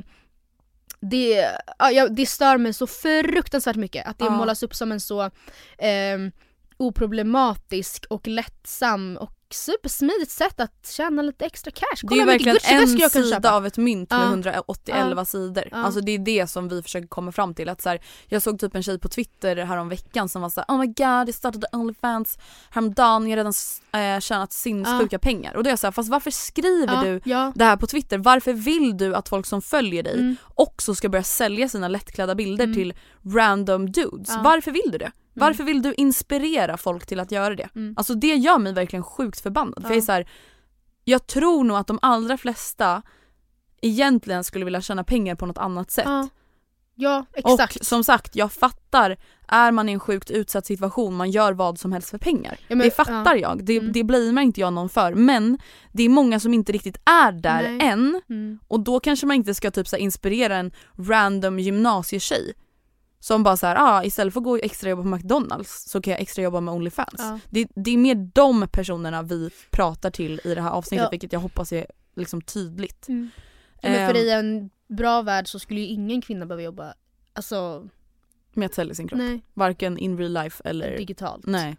det stör mig så fruktansvärt mycket att det målas upp som en så oproblematisk och lättsam och supersmidigt sätt att tjäna lite extra cash. Det är verkligen en sida av ett mynt med 180 sidor. Alltså det är det som vi försöker komma fram till. Att så här, jag såg typ en tjej på Twitter här veckan som var så här, oh my god, jag startade OnlyFans häromdagen, jag har redan tjänat sinnessjuka pengar. Och då är jag så här, fast varför skriver du det här på Twitter? Varför vill du att folk som följer dig också ska börja sälja sina lättklädda bilder till random dudes? Varför vill du det? Varför vill du inspirera folk till att göra det? Alltså det gör mig verkligen sjukt förbannad. För jag är så här, jag tror nog att de allra flesta egentligen skulle vilja tjäna pengar på något annat sätt. Ja, exakt. Och som sagt, jag fattar, är man i en sjukt utsatt situation, man gör vad som helst för pengar. Ja, men, det fattar jag, det blamear inte jag någon för. Men det är många som inte riktigt är där än. Och då kanske man inte ska typ så här, inspirera en random gymnasietjej som bara så här, istället för att gå extra jobba på McDonalds så kan jag extra jobba med OnlyFans. Det är mer de personerna vi pratar till i det här avsnittet, vilket jag hoppas är liksom tydligt. Men för i en bra värld så skulle ju ingen kvinna behöva jobba alltså med att sälja sin kropp. Nej. Varken in real life eller digitalt. Nej.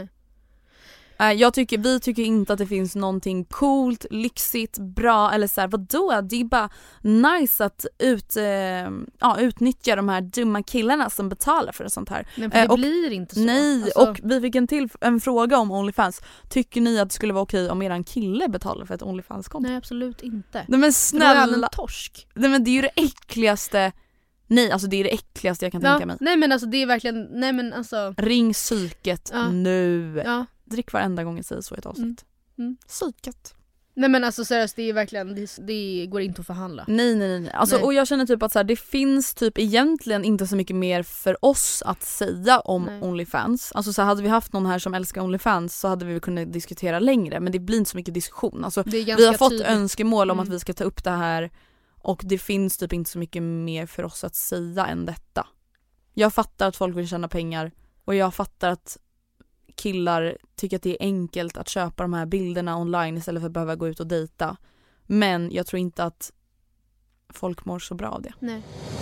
Vi tycker inte att det finns någonting coolt, lyxigt, bra eller så här, vadå? Det är bara nice att utnyttja de här dumma killarna som betalar för sånt här. Men det blir inte så. Nej, alltså... och vi fick en fråga om OnlyFans. Tycker ni att det skulle vara okej om eran kille betalar för ett OnlyFans-konto? Nej, absolut inte. Nej men snälla. Det är en torsk. Nej men det är ju det äckligaste. Nej, alltså det är det äckligaste jag kan tänka mig. Nej men alltså det är verkligen, ring psyket nu. Ja. Drick varenda gång jag säger så i ett avsnitt. Psyket. Nej men alltså seriöst, det är verkligen, det går inte att förhandla. Nej. Alltså, och jag känner typ att så här, det finns typ egentligen inte så mycket mer för oss att säga om OnlyFans. Alltså så här, hade vi haft någon här som älskar OnlyFans så hade vi kunnat diskutera längre, men det blir inte så mycket diskussion. Alltså, vi har fått önskemål om att vi ska ta upp det här och det finns typ inte så mycket mer för oss att säga än detta. Jag fattar att folk vill tjäna pengar och jag fattar att killar tycker att det är enkelt att köpa de här bilderna online istället för att behöva gå ut och dejta. Men jag tror inte att folk mår så bra av det. Nej.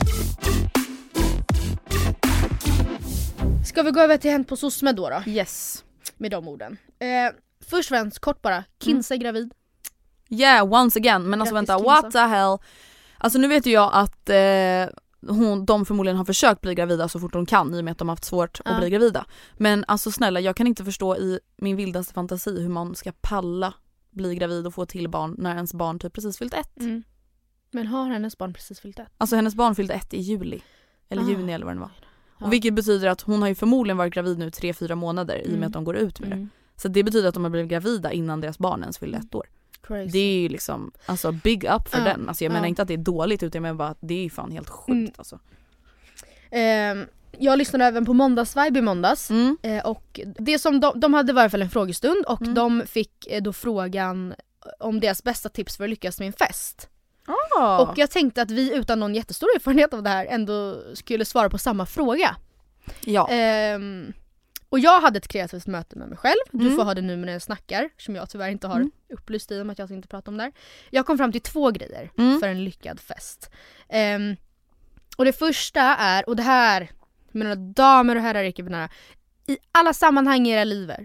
Ska vi gå över till Hänt på SOSMED då? Yes. Med de orden. Först och främst, kort bara. Kinsa är gravid. Yeah, once again. Men alltså vänta, what the hell? Alltså nu vet ju jag att de förmodligen har försökt bli gravida så fort de kan i och med att de har haft svårt att bli gravida. Men alltså snälla, jag kan inte förstå i min vildaste fantasi hur man ska palla bli gravid och få till barn när ens barn typ precis fyllt 1. Men har hennes barn precis fyllt 1? Alltså hennes barn fyllde 1 i juli. Eller juni eller vad det var. Och vilket betyder att hon har ju förmodligen varit gravid nu 3-4 månader i och med att de går ut med det. Så det betyder att de har blivit gravida innan deras barn ens fyllde 1 år. Crazy. Det är ju liksom alltså big up för den. Alltså jag menar inte att det är dåligt utan jag menar bara att det är fan helt sjukt alltså. Jag lyssnade även på Måndagsvibe i måndags och det som de hade i varje fall en frågestund och de fick då frågan om deras bästa tips för att lyckas med en fest. Och jag tänkte att vi utan någon jättestor erfarenhet av det här ändå skulle svara på samma fråga. Ja. Och jag hade ett kreativt möte med mig själv. Du får ha det nu när jag snackar, som jag tyvärr inte har upplyst dig om att jag inte pratar om det här. Jag kom fram till 2 grejer för en lyckad fest. Och det första är, och det här, mina damer och herrar, icke-binära, i alla sammanhang i era liver.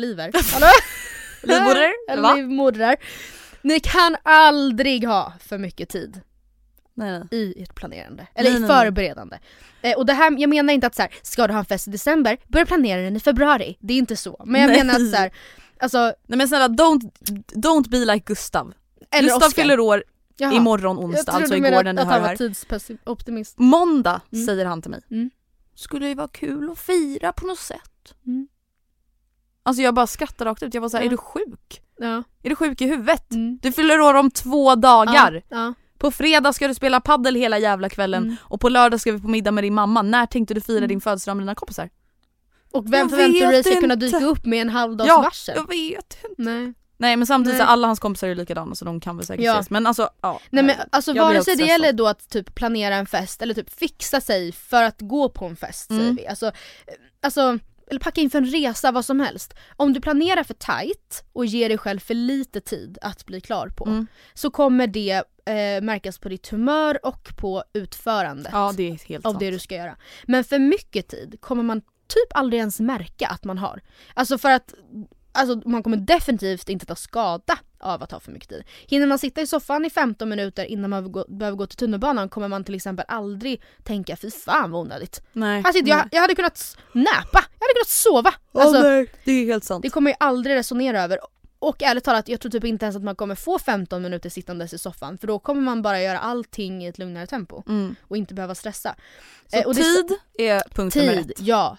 Livmodrar. Ni kan aldrig ha för mycket tid. Nej. I ert planerande. Eller i förberedande. Och det här, jag menar inte att så här, ska du ha en fest i december, börja planera den i februari. Det är inte så. Men jag menar att så här, alltså, nej men snälla, don't be like Gustav. Eller Gustav Oscar. fyller år imorgon onsdag, alltså igår när ni hör här. Tidsoptimist. Måndag säger han till mig. skulle ju vara kul att fira på något sätt. Alltså jag bara skrattade rakt ut. Jag var så här, är du sjuk? Ja. Är du sjuk i huvudet? Du fyller år om 2 dagar. Ja. På fredag ska du spela paddel hela jävla kvällen. Och på lördag ska vi på middag med din mamma. När tänkte du fira din födelsedag med dina kompisar? Och vem förväntar du dig ska kunna dyka upp med en halvdags varsel? Jag vet inte. Nej, men samtidigt så alla hans kompisar är likadana, så de kan väl säkert ses. Men alltså, Nej, men alltså vare sig det gäller då att typ planera en fest eller typ fixa sig för att gå på en fest, säger vi. Alltså eller packa in för en resa, vad som helst. Om du planerar för tight och ger dig själv för lite tid att bli klar på, så kommer det märkas på ditt humör och på utförandet det är helt av sant. det du ska göra. Men för mycket tid kommer man typ aldrig ens märka att man har. Alltså för att man kommer definitivt inte ta skada av att ha för mycket tid. Hinner man sitta i soffan i 15 minuter innan man behöver gå till tunnelbanan, kommer man till exempel aldrig tänka fy fan vad onödigt. Nej. Alltså, jag hade kunnat näpa, jag hade kunnat sova. Alltså, nej, det är helt sant. Det kommer jag aldrig resonera över. Och ärligt talat, jag tror typ inte ens att man kommer få 15 minuter sittandes i soffan. För då kommer man bara göra allting i ett lugnare tempo. Och inte behöva stressa. Så och tid är punkt nummer 1. Ja,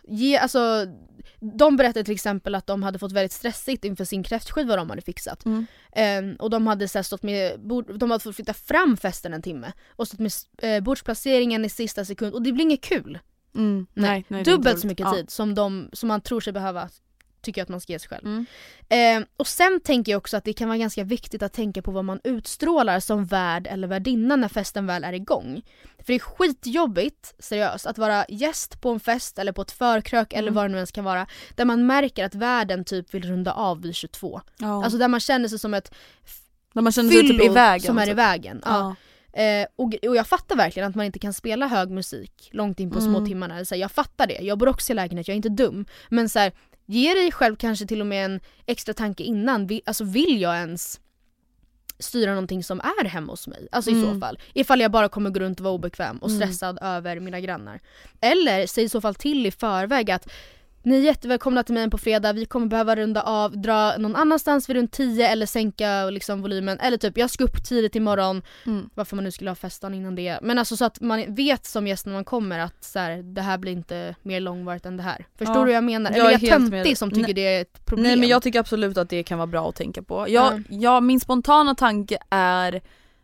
de berättade till exempel att de hade fått väldigt stressigt inför sin kräftskiva de hade fixat. Och de hade så här stått med de hade fått flytta fram festen en timme och stått med bordsplaceringen i sista sekund. Och det blir inget kul. Nej, dubbelt så mycket tid som man tror sig behöva, tycker jag att man ska ge sig själv. Och sen tänker jag också att det kan vara ganska viktigt att tänka på vad man utstrålar som värd eller värdinna när festen väl är igång. För det är skitjobbigt, seriöst, att vara gäst på en fest eller på ett förkrök eller vad det nu ens kan vara, där man märker att världen typ vill runda av vid 22. Alltså där man känner sig som ett där man känner sig typ i vägen, som är i vägen. Och jag fattar verkligen att man inte kan spela hög musik långt in på små timmarna. Så jag fattar det, jag bor också i lägenhet, jag är inte dum. Men så här, ge dig själv kanske till och med en extra tanke innan. Vill jag ens styra någonting som är hemma hos mig? Alltså i så fall. Ifall jag bara kommer gå runt och vara obekväm och stressad över mina grannar. Eller säg i så fall till i förväg att ni är jättevälkomna till mig på fredag. Vi kommer behöva runda av, dra någon annanstans vid runt 10 eller sänka liksom volymen. Eller typ, jag ska upp tidigt imorgon. Varför man nu skulle ha festan innan det. Men alltså så att man vet som gäst när man kommer att så här, det här blir inte mer långvarigt än det här. Förstår du vad jag menar? Eller jag är töntig som tycker det är ett problem. Nej, men jag tycker absolut att det kan vara bra att tänka på. Min spontana tanke är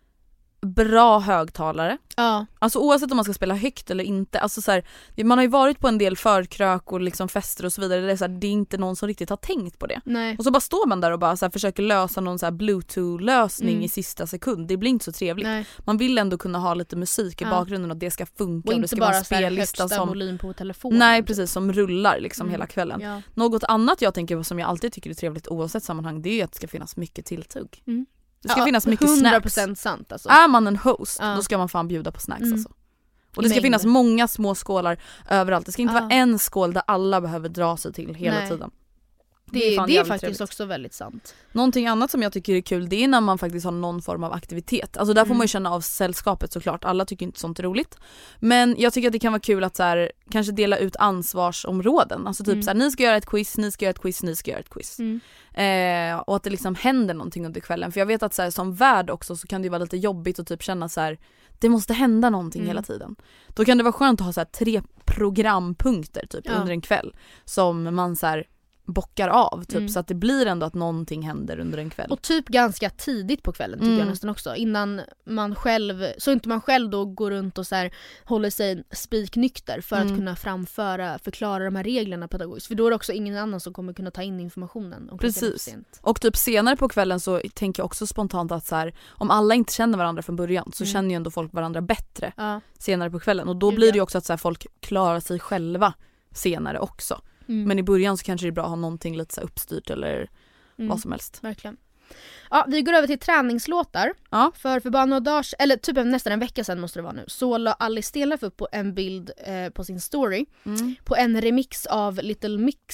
bra högtalare. Alltså oavsett om man ska spela högt eller inte. Alltså så här, man har ju varit på en del förkrök och liksom fester och så vidare. Det är, så här, det är inte någon som riktigt har tänkt på det. Nej. Och så bara står man där och bara så här, försöker lösa någon så här Bluetooth-lösning i sista sekund. Det blir inte så trevligt. Nej. Man vill ändå kunna ha lite musik i bakgrunden och att det ska funka. Och det ska vara en spellista som volym på telefonen. Nej, precis, som rullar liksom hela kvällen. Något annat jag tänker på som jag alltid tycker är trevligt oavsett sammanhang, det är att det ska finnas mycket tilltugg. Det ska finnas mycket 100% snacks. Sant alltså. Är man en host, då ska man fan bjuda på snacks alltså. Och det ska finnas många små skålar överallt. Det ska inte vara en skål där alla behöver dra sig till hela tiden. Det är faktiskt trevligt. Också väldigt sant. Någonting annat som jag tycker är kul, det är när man faktiskt har någon form av aktivitet. Alltså där får man ju känna av sällskapet såklart. Alla tycker inte sånt är roligt. Men jag tycker att det kan vara kul att så här, kanske dela ut ansvarsområden. Alltså typ så här, ni ska göra ett quiz, ni ska göra ett quiz, ni ska göra ett quiz. Och att det liksom händer någonting under kvällen. För jag vet att så här, som värd också så kan det vara lite jobbigt att typ känna så här, det måste hända någonting hela tiden. Då kan det vara skönt att ha så här 3 programpunkter typ under en kväll som man så här bockar av typ, så att det blir ändå att någonting händer under en kväll. Och typ ganska tidigt på kvällen tycker jag nästan också, innan man själv, så inte man själv då går runt och så här håller sig spiknykter för att kunna förklara de här reglerna pedagogiskt, för då är det också ingen annan som kommer kunna ta in informationen. Precis. Och typ senare på kvällen så tänker jag också spontant att så här, om alla inte känner varandra från början så känner ju ändå folk varandra bättre senare på kvällen, och då blir det ju också att så här, folk klarar sig själva senare också. Men i början så kanske det är bra att ha någonting lite så uppstyrt eller vad som helst. Verkligen. Ja, vi går över till träningslåtar. För bara några dagar, eller typ nästan en vecka sedan måste det vara nu, så la Alice Stenlöf upp på en bild på sin story på en remix av Little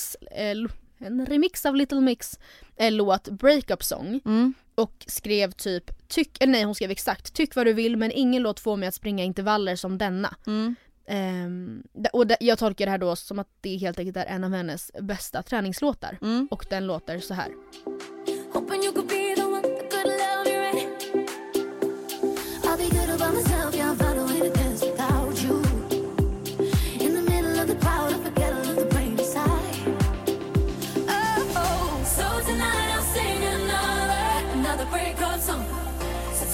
Mix låt Breakup Song. Och skrev typ hon skrev exakt, tyck vad du vill men ingen låt får mig att springa intervaller som denna. Och jag tolkar det här då som att det helt enkelt är en av hennes bästa träningslåtar. Och den låter så här.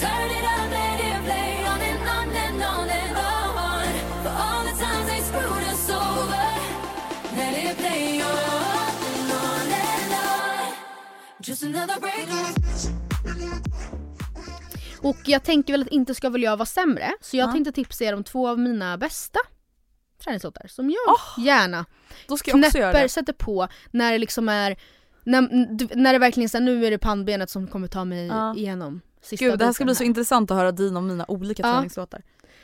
Turn it up, let it play on and on and on and on. For all the times they screwed us over. Let it play on and on and on. Just another break. Och jag tänker väl att inte ska väl jag vara sämre. Så jag tänkte tipsa er om 2 av mina bästa träningslåtar som jag gärna då ska jag också göra det. Sätter på när det liksom är när det verkligen så här, nu är det pannbenet som kommer ta mig igenom sista. Gud, det här ska bli så intressant att höra dina och mina olika träningslåtar.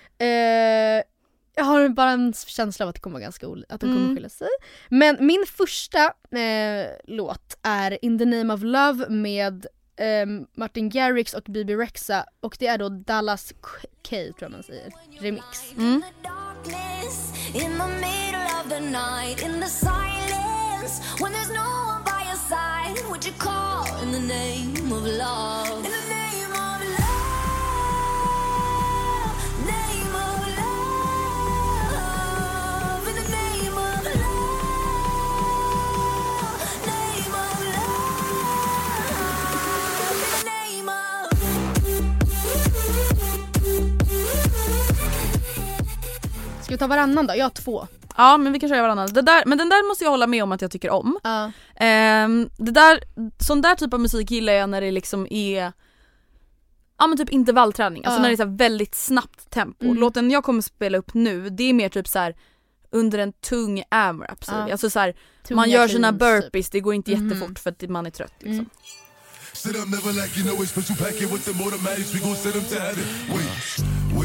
Jag har bara en känsla av att det kommer ganska att den kommer skilja sig. Men min första låt är In the Name of Love med Martin Garrix och Bibi Rexha, och det är då Dallas K, tror jag man säger, remix. In the middle of the night, in the silence, when there's no one by your side, would you call in the name of love? In the name of love, name of love, in the name of love, name of love, in the name of. Ska vi ta varannan då? Jag har 2. Ja, men vi kan köra varannan. Men den där måste jag hålla med om att jag tycker om. Sån där typ av musik gillar jag när det liksom är men typ intervallträning. Alltså när det är så här väldigt snabbt tempo. Låten jag kommer spela upp nu, det är mer typ så här under en tung AMRAP. Alltså så här, man gör sina burpees, typ. Det går inte jättefort för att man är trött liksom. Sit up, never like you know it's special packet with the automatics. We gon' set them to heaven. Wait.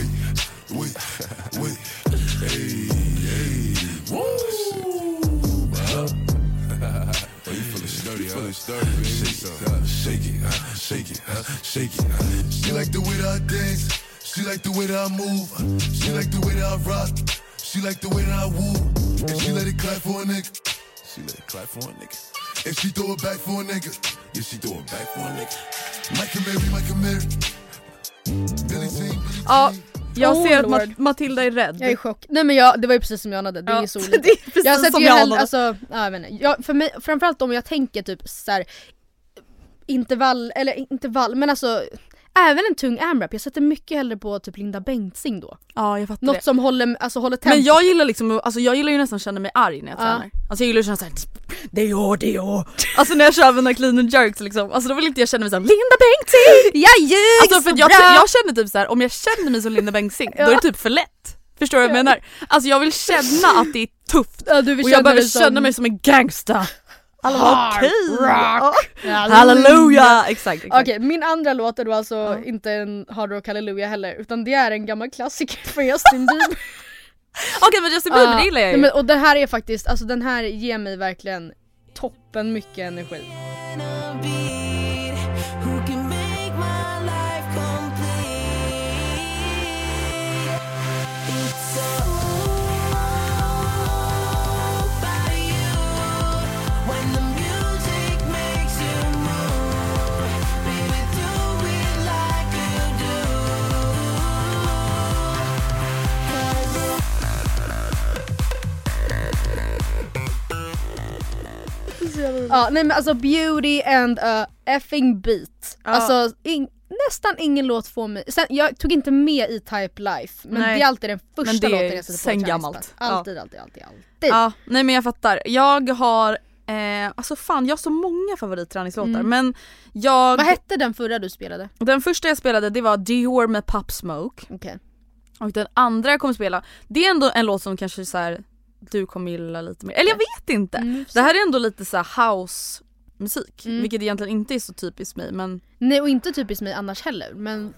Hey. Woo! You feelin' sturdy, Shake it. She like the way that I dance. She like the way that I move. She like the way that I rock. She like the way that I woo. And she let it clap for a nigga. And she throw it back for a nigga. Yeah, she throw it back for a nigga. Mike and Mary. Billie Jean. Jag ser att Matilda är rädd. Jag är i chock. Nej men det var ju precis som jag anade. Det är så olika. Det är precis jag som jag anade. Alltså, jag vet inte. För mig, framförallt om jag tänker typ så här, intervall, men alltså även en tung AMRAP. Jag sätter mycket hellre på typ Linda Bengtzing då. Ja, jag fattar. Något som håller tempo. Men jag gillar liksom, alltså jag gillar ju nästan att känna mig arg när jag tränar. Alltså jag gillar att känna såhär, det är jag. Alltså när jag kör mina clean and jerks liksom. Alltså då vill inte jag känna mig såhär, Linda Bengtzing! Ja, alltså för jag känner typ såhär, om jag känner mig som Linda Bengtzing, då är det typ för lätt. Förstår du vad jag menar? Alltså jag vill känna att det är tufft. Och jag behöver känna mig som en gangsta. Halleluja. Exakt. Okej, min andra låt är då alltså inte en hard rock halleluja heller, utan det är en gammal klassiker från Justin Bieber. Okej, men Justin Bieber det gillar jag ju. Men, och det här är faktiskt, alltså den här ger mig verkligen toppen mycket energi. Ja, nej men alltså Beauty and a effing beat. Alltså nästan ingen låt får mig. Sen, jag tog inte med i Type Life, men det är alltid den första låten jag sätter på. Sen gammalt. Alltid. Ja, nej men jag fattar. Jag har alltså fan, jag har så många favoritträningslåtar, men Vad hette den förra du spelade? Den första jag spelade, det var Dior med Pop Smoke. Okej. Och den andra jag kommer spela, det är ändå en låt som kanske så här du kommer gilla lite mer. Eller jag vet inte. Det här är ändå lite så här house musik, vilket egentligen inte är så typiskt mig, men nej, och inte typiskt mig annars heller, men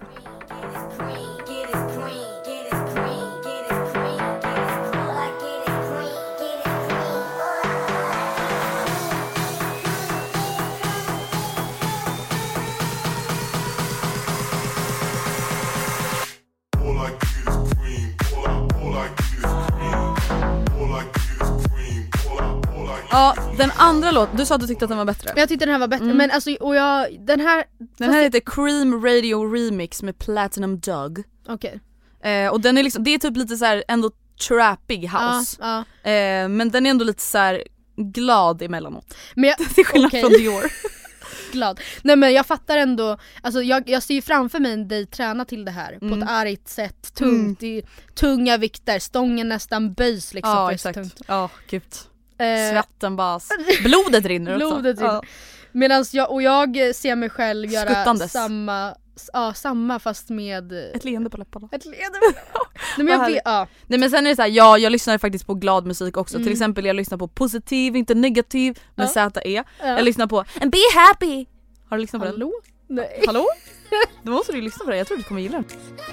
ja, den andra låten, du sa att du tyckte att den var bättre. Jag tyckte den här var bättre, men alltså, och den här heter Cream Radio Remix med Platinum Dog. Okej. Och den är liksom, det är typ lite så här ändå trappig house. Men den är ändå lite så här glad emellanåt. Men till skillnad från Dior. glad. Nej men jag fattar ändå, alltså jag ser ju framför mig dig träna till det här på ett argt sätt, tungt, i tunga vikter, stången nästan böjs liksom. Ja, för exakt. tungt. Ja, gud. Svetten bara, blodet rinner också. Blodet rinner. Ja. Medan jag ser mig själv göra Skuttandes. samma fast med Ett leende på läpparna. ett leende på läpparna. Nej men jag vet, ja. Nej men sen är det så här, jag lyssnar faktiskt på glad musik också. Till exempel jag lyssnar på positiv, inte negativ med ZE. Jag lyssnar på And Be Happy. Har du lyssnat på Hallå? den? Nej. Hallå? Då måste du lyssna på det. Jag tror du kommer gilla den.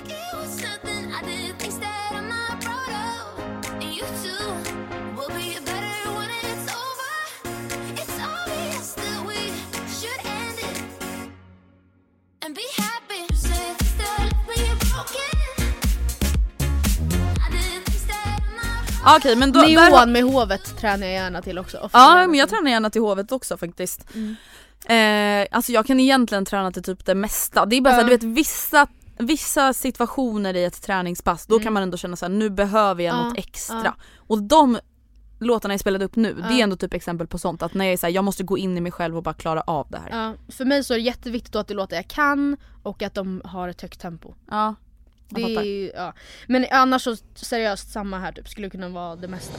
Okej, men då, Neon med hovet tränar jag gärna till också. Ja, men jag tränar gärna till hovet också faktiskt. Alltså jag kan egentligen träna till typ det mesta. Det är bara så här, du vet vissa situationer i ett träningspass, då kan man ändå känna så här, nu behöver jag något extra. Och de låtarna jag spelade upp nu, det är ändå typ exempel på sånt, att när jag är så här, jag måste gå in i mig själv och bara klara av det här. Ja, för mig så är det jätteviktigt att det låter jag kan och att de har ett högt tempo. Ja. Det är, ja. Men annars så seriöst samma här typ, skulle kunna vara det mesta.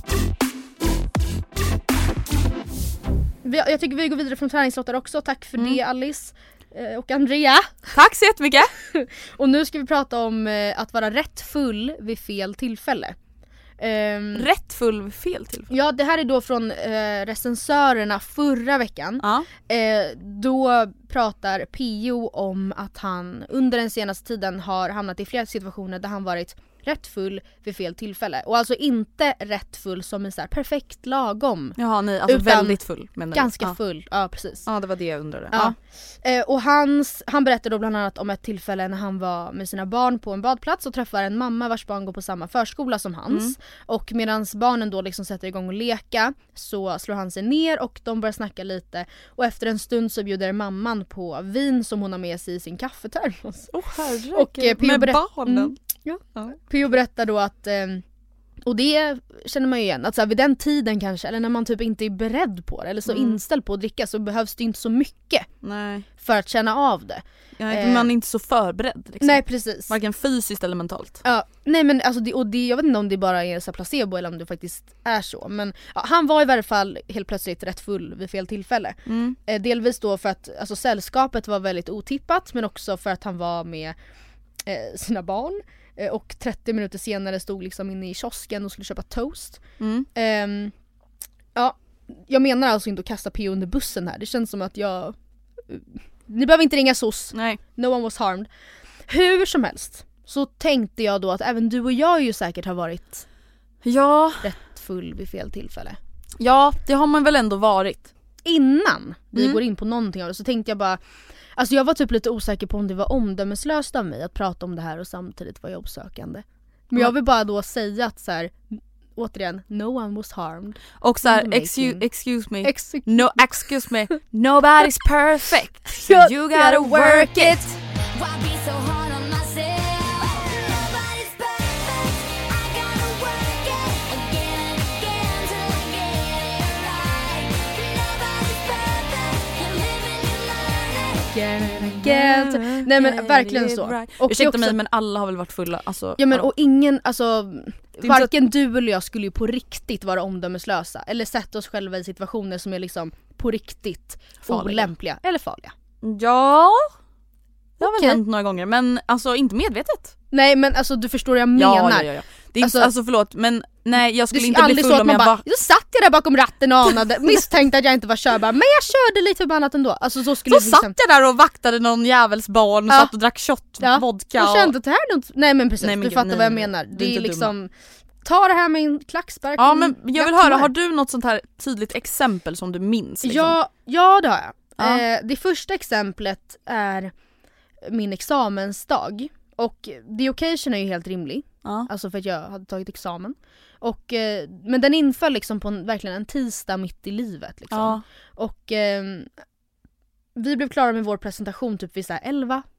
Jag tycker vi går vidare från träningslåtar också. Tack för det Alice och Andrea. Tack så jättemycket. Och nu ska vi prata om att vara rätt full vid fel tillfälle. Rätt full vid fel tillfälle? Ja, det här är då från recensörerna förra veckan. Då pratar Pio om att han under den senaste tiden har hamnat i flera situationer där han varit rätt full vid fel tillfälle. Och alltså inte rätt full som en så här perfekt lagom. Jaha, nej, alltså väldigt full menar du? Ganska full, ja precis. Ja, det var det jag undrade. Ja. Och han berättade då bland annat om ett tillfälle när han var med sina barn på en badplats och träffar en mamma vars barn går på samma förskola som hans. Och medan barnen då liksom sätter igång och leka så slår han sig ner och de börjar snacka lite. Och efter en stund så bjuder mamman på vin som hon har med sig i sin kaffetermos. Herregud, och Pio med barnen. Pio berättar då att och det känner man ju igen, att så här, vid den tiden kanske, eller när man typ inte är beredd på det eller så inställd på att dricka, så behövs det inte så mycket för att känna av det. Man är inte så förberedd liksom. Nej, precis. Varken fysiskt eller mentalt. Ja, nej men alltså det, jag vet inte om det bara är så placebo eller om det faktiskt är så. Men ja, han var i varje fall helt plötsligt rätt full vid fel tillfälle. Delvis då för att alltså, sällskapet var väldigt otippat, men också för att han var med sina barn. Och 30 minuter senare stod liksom inne i kiosken och skulle köpa toast. Ja, jag menar alltså inte att kasta Pio under bussen här. Det känns som att ni behöver inte ringa SOS. Nej. No one was harmed. Hur som helst så tänkte jag då att även du och jag ju säkert har varit rätt full vid fel tillfälle. Ja, det har man väl ändå varit. Innan vi går in på någonting av det så tänkte jag bara, alltså jag var typ lite osäker på om det var omdömeslöst av mig att prata om det här och samtidigt vara jobbsökande. Men jag vill bara då säga att så här, återigen, no one was harmed. Och så här, excuse me, nobody's perfect, so you gotta work it. Nej men verkligen så. Och ursäkta mig, men alla har väl varit fulla alltså, ja men och ingen, alltså varken du eller jag skulle ju på riktigt vara omdömeslösa eller sätta oss själva i situationer som är liksom på riktigt olämpliga eller farliga. Ja, det har väl hänt några gånger, men alltså inte medvetet. Nej men alltså du förstår vad jag menar. Ja. Det är inte, alltså förlåt, men nej, jag skulle inte bli full så om jag var... Jag satt jag där bakom ratten och anade, misstänkte att jag inte var körbar, men jag körde lite förbannat ändå. Alltså så skulle satt jag där och vaktade någon jävels barn och satt och drack vodka. Jag kände att det här är något... Nej men precis, nej, men du fattar vad jag menar. Det är liksom... Ta det här med en klackspark. Ja men jag vill höra, har du något sånt här tydligt exempel som du minns? Liksom? Ja det har jag. Det första exemplet är min examensdag. Och the occasion är ju helt rimlig. Alltså för att jag hade tagit examen. Och, men den inföll liksom på verkligen en tisdag mitt i livet liksom. Och vi blev klara med vår presentation typ vid så här 11.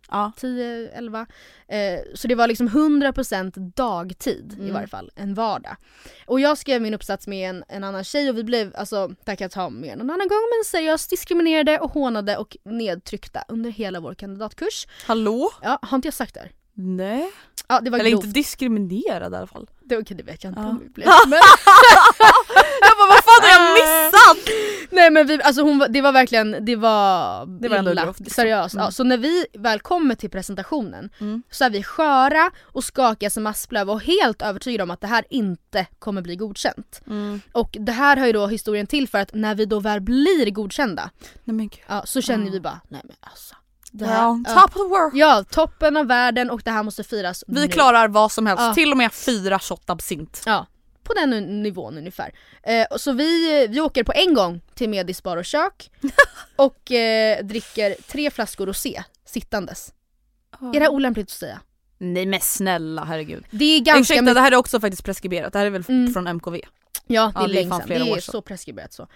10-11. Så det var liksom 100% dagtid i varje fall, en vardag. Och jag skrev min uppsats med en annan tjej och vi blev, alltså det kan jag ta mer någon annan gång, men seriöst diskriminerade och hånade och nedtryckta under hela vår kandidatkurs. Hallå? Ja, har inte jag sagt det? Nej. Ja, det var eller grovt. inte diskriminerad i alla fall. Det vet jag inte om vi blev. Men... jag bara, vad fan har jag missat? Nej men det var verkligen, det var ändå illa, grovt, liksom. seriöst. Ja, så när vi väl kommer till presentationen så är vi sköra och skakiga som asplöv och helt övertygade om att det här inte kommer bli godkänt. Och det här har ju då historien till för att när vi då väl blir godkända, så känner vi bara, nej men alltså. Det här, top of the world. Ja, toppen av världen och det här måste firas vi nu. klarar vad som helst, till och med 4 shot absint. Ja, på den nivån ungefär. Så vi åker på en gång till Medis bar och kök och dricker 3 flaskor rosé sittandes. Är det här olämpligt att säga? Nej men snälla, herregud. Det är ganska Ursäkta, det här är också faktiskt preskriberat. Det här är väl från MKV. Ja, det är länge sedan. Det är så preskriberat så.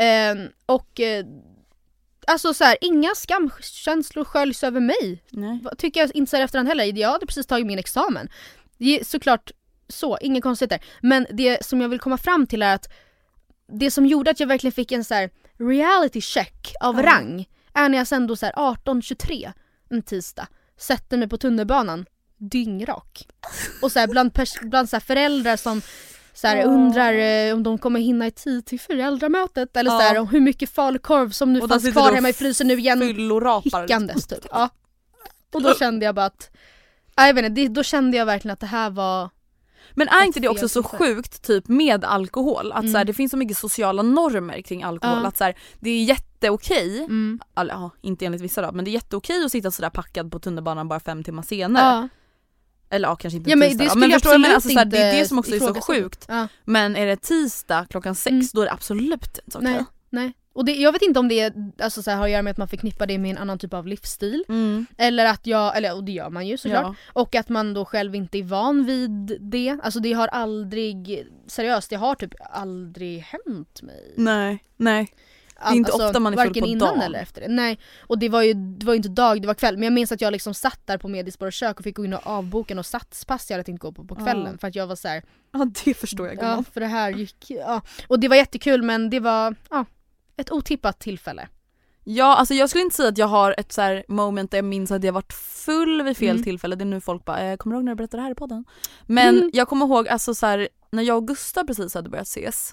Alltså så här, inga skamkänslor sköljs över mig. Nej. Tycker jag inte så här efterhand heller. Jag hade precis tagit min examen. Det är såklart så, inga konstigheter. Men det som jag vill komma fram till är att det som gjorde att jag verkligen fick en så här reality check av rang är när jag sen då så här 18:23 en tisdag sätter mig på tunnelbanan dyngrak. Och så här bland så här föräldrar som så här, undrar om de kommer hinna i tid till föräldramötet eller så här, om hur mycket falukorv som nu fanns kvar hemma i frysen nu igen hickandes typ. Ja. Och då kände jag bara att jag vet inte, då kände jag verkligen att det här var. Men är inte det också så sjukt typ med alkohol att så här, det finns så mycket sociala normer kring alkohol att så här, det är jätteokej inte enligt vissa då, men det är jätteokej att sitta så där packad på tunnelbanan bara 5 timmar senare. Eller kanske inte men tisdag. det Men förstår du, men alltså, inte det är det som också är så sjukt. Men är det tisdag klockan 6 då är det absolut inte okej. Nej. Och jag vet inte om det alltså, så här, har att göra med att man förknippar det med en annan typ av livsstil. Eller att och det gör man ju såklart. Och att man då själv inte är van vid det. Alltså det har aldrig, seriöst, det har typ aldrig hänt mig. Nej. Det är inte ofta man är full på innan dagen. Eller efter det. Nej, och det var ju inte dag, det var kväll. Men jag minns att jag liksom satt där på Medis bar och kök och fick gå in och avboka och satspass jag hade tänkt gå på kvällen. För att jag var så här. Ja, det förstår jag. Ja, för det här gick. Ja. Och det var jättekul, men det var ett otippat tillfälle. Ja, alltså jag skulle inte säga att jag har ett så här moment där jag minns att jag varit full vid fel tillfälle. Det är nu folk bara, kommer du ihåg när du berättade det här i podden? Men jag kommer ihåg, alltså så här, när jag och Gustav precis hade börjat ses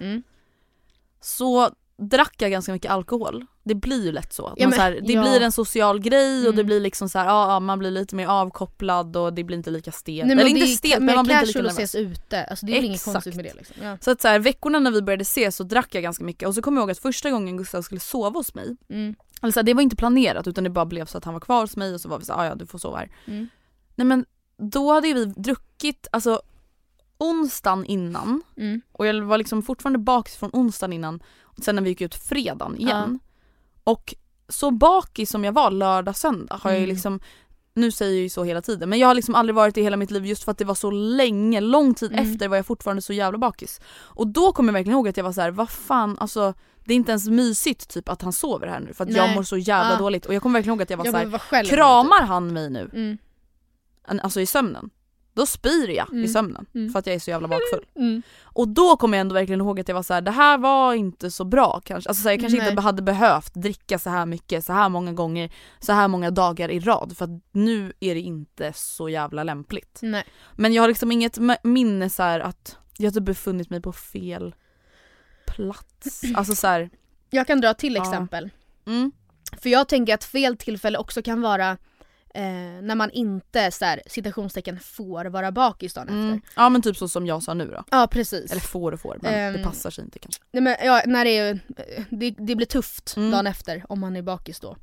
så drack jag ganska mycket alkohol. Det blir ju lätt så. Man, så här, det blir en social grej och det blir liksom så här, man blir lite mer avkopplad och det blir inte lika stelt. Eller inte stelt, men man blir inte lika nervös. Ses ute. Alltså det är inget konstigt med det liksom. Ja. Så att så här, veckorna när vi började ses så drack jag ganska mycket och så kommer jag ihåg att första gången Gustav skulle sova hos mig. Alltså det var inte planerat utan det bara blev så att han var kvar hos mig och så var vi så ja du får sova här. Nej men då hade vi druckit alltså onsdagen innan och jag var liksom fortfarande bakis från onsdagen innan och sen när vi gick ut fredagen igen. Och så bakis som jag var lördag söndag har jag ju liksom, nu säger jag ju så hela tiden, men jag har liksom aldrig varit i hela mitt liv just för att det var så lång tid efter var jag fortfarande så jävla bakis. Och då kommer jag verkligen ihåg att jag var så här, vad fan, alltså det är inte ens mysigt typ att han sover här nu för att jag mår så jävla dåligt. Och jag kommer verkligen ihåg att jag var så här, kramar han mig nu? Alltså i sömnen. Då spyr jag i sömnen för att jag är så jävla bakfull. Och då kommer jag ändå verkligen ihåg att jag var så här, det här var inte så bra kanske. Alltså så här, jag kanske inte hade behövt dricka så här mycket, så här många gånger, så här många dagar i rad för att nu är det inte så jävla lämpligt. Nej. Men jag har liksom inget minne så här att jag typ befunnit mig på fel plats. Alltså så här, jag kan dra till exempel. För jag tänker att fel tillfälle också kan vara när man inte så här, citationstecken får vara bakis dagen efter. Ja men typ så som jag sa nu då. Ja precis. Eller får men det passar sig inte kanske. Nej, men, när det blir tufft dagen efter om man är bakis då.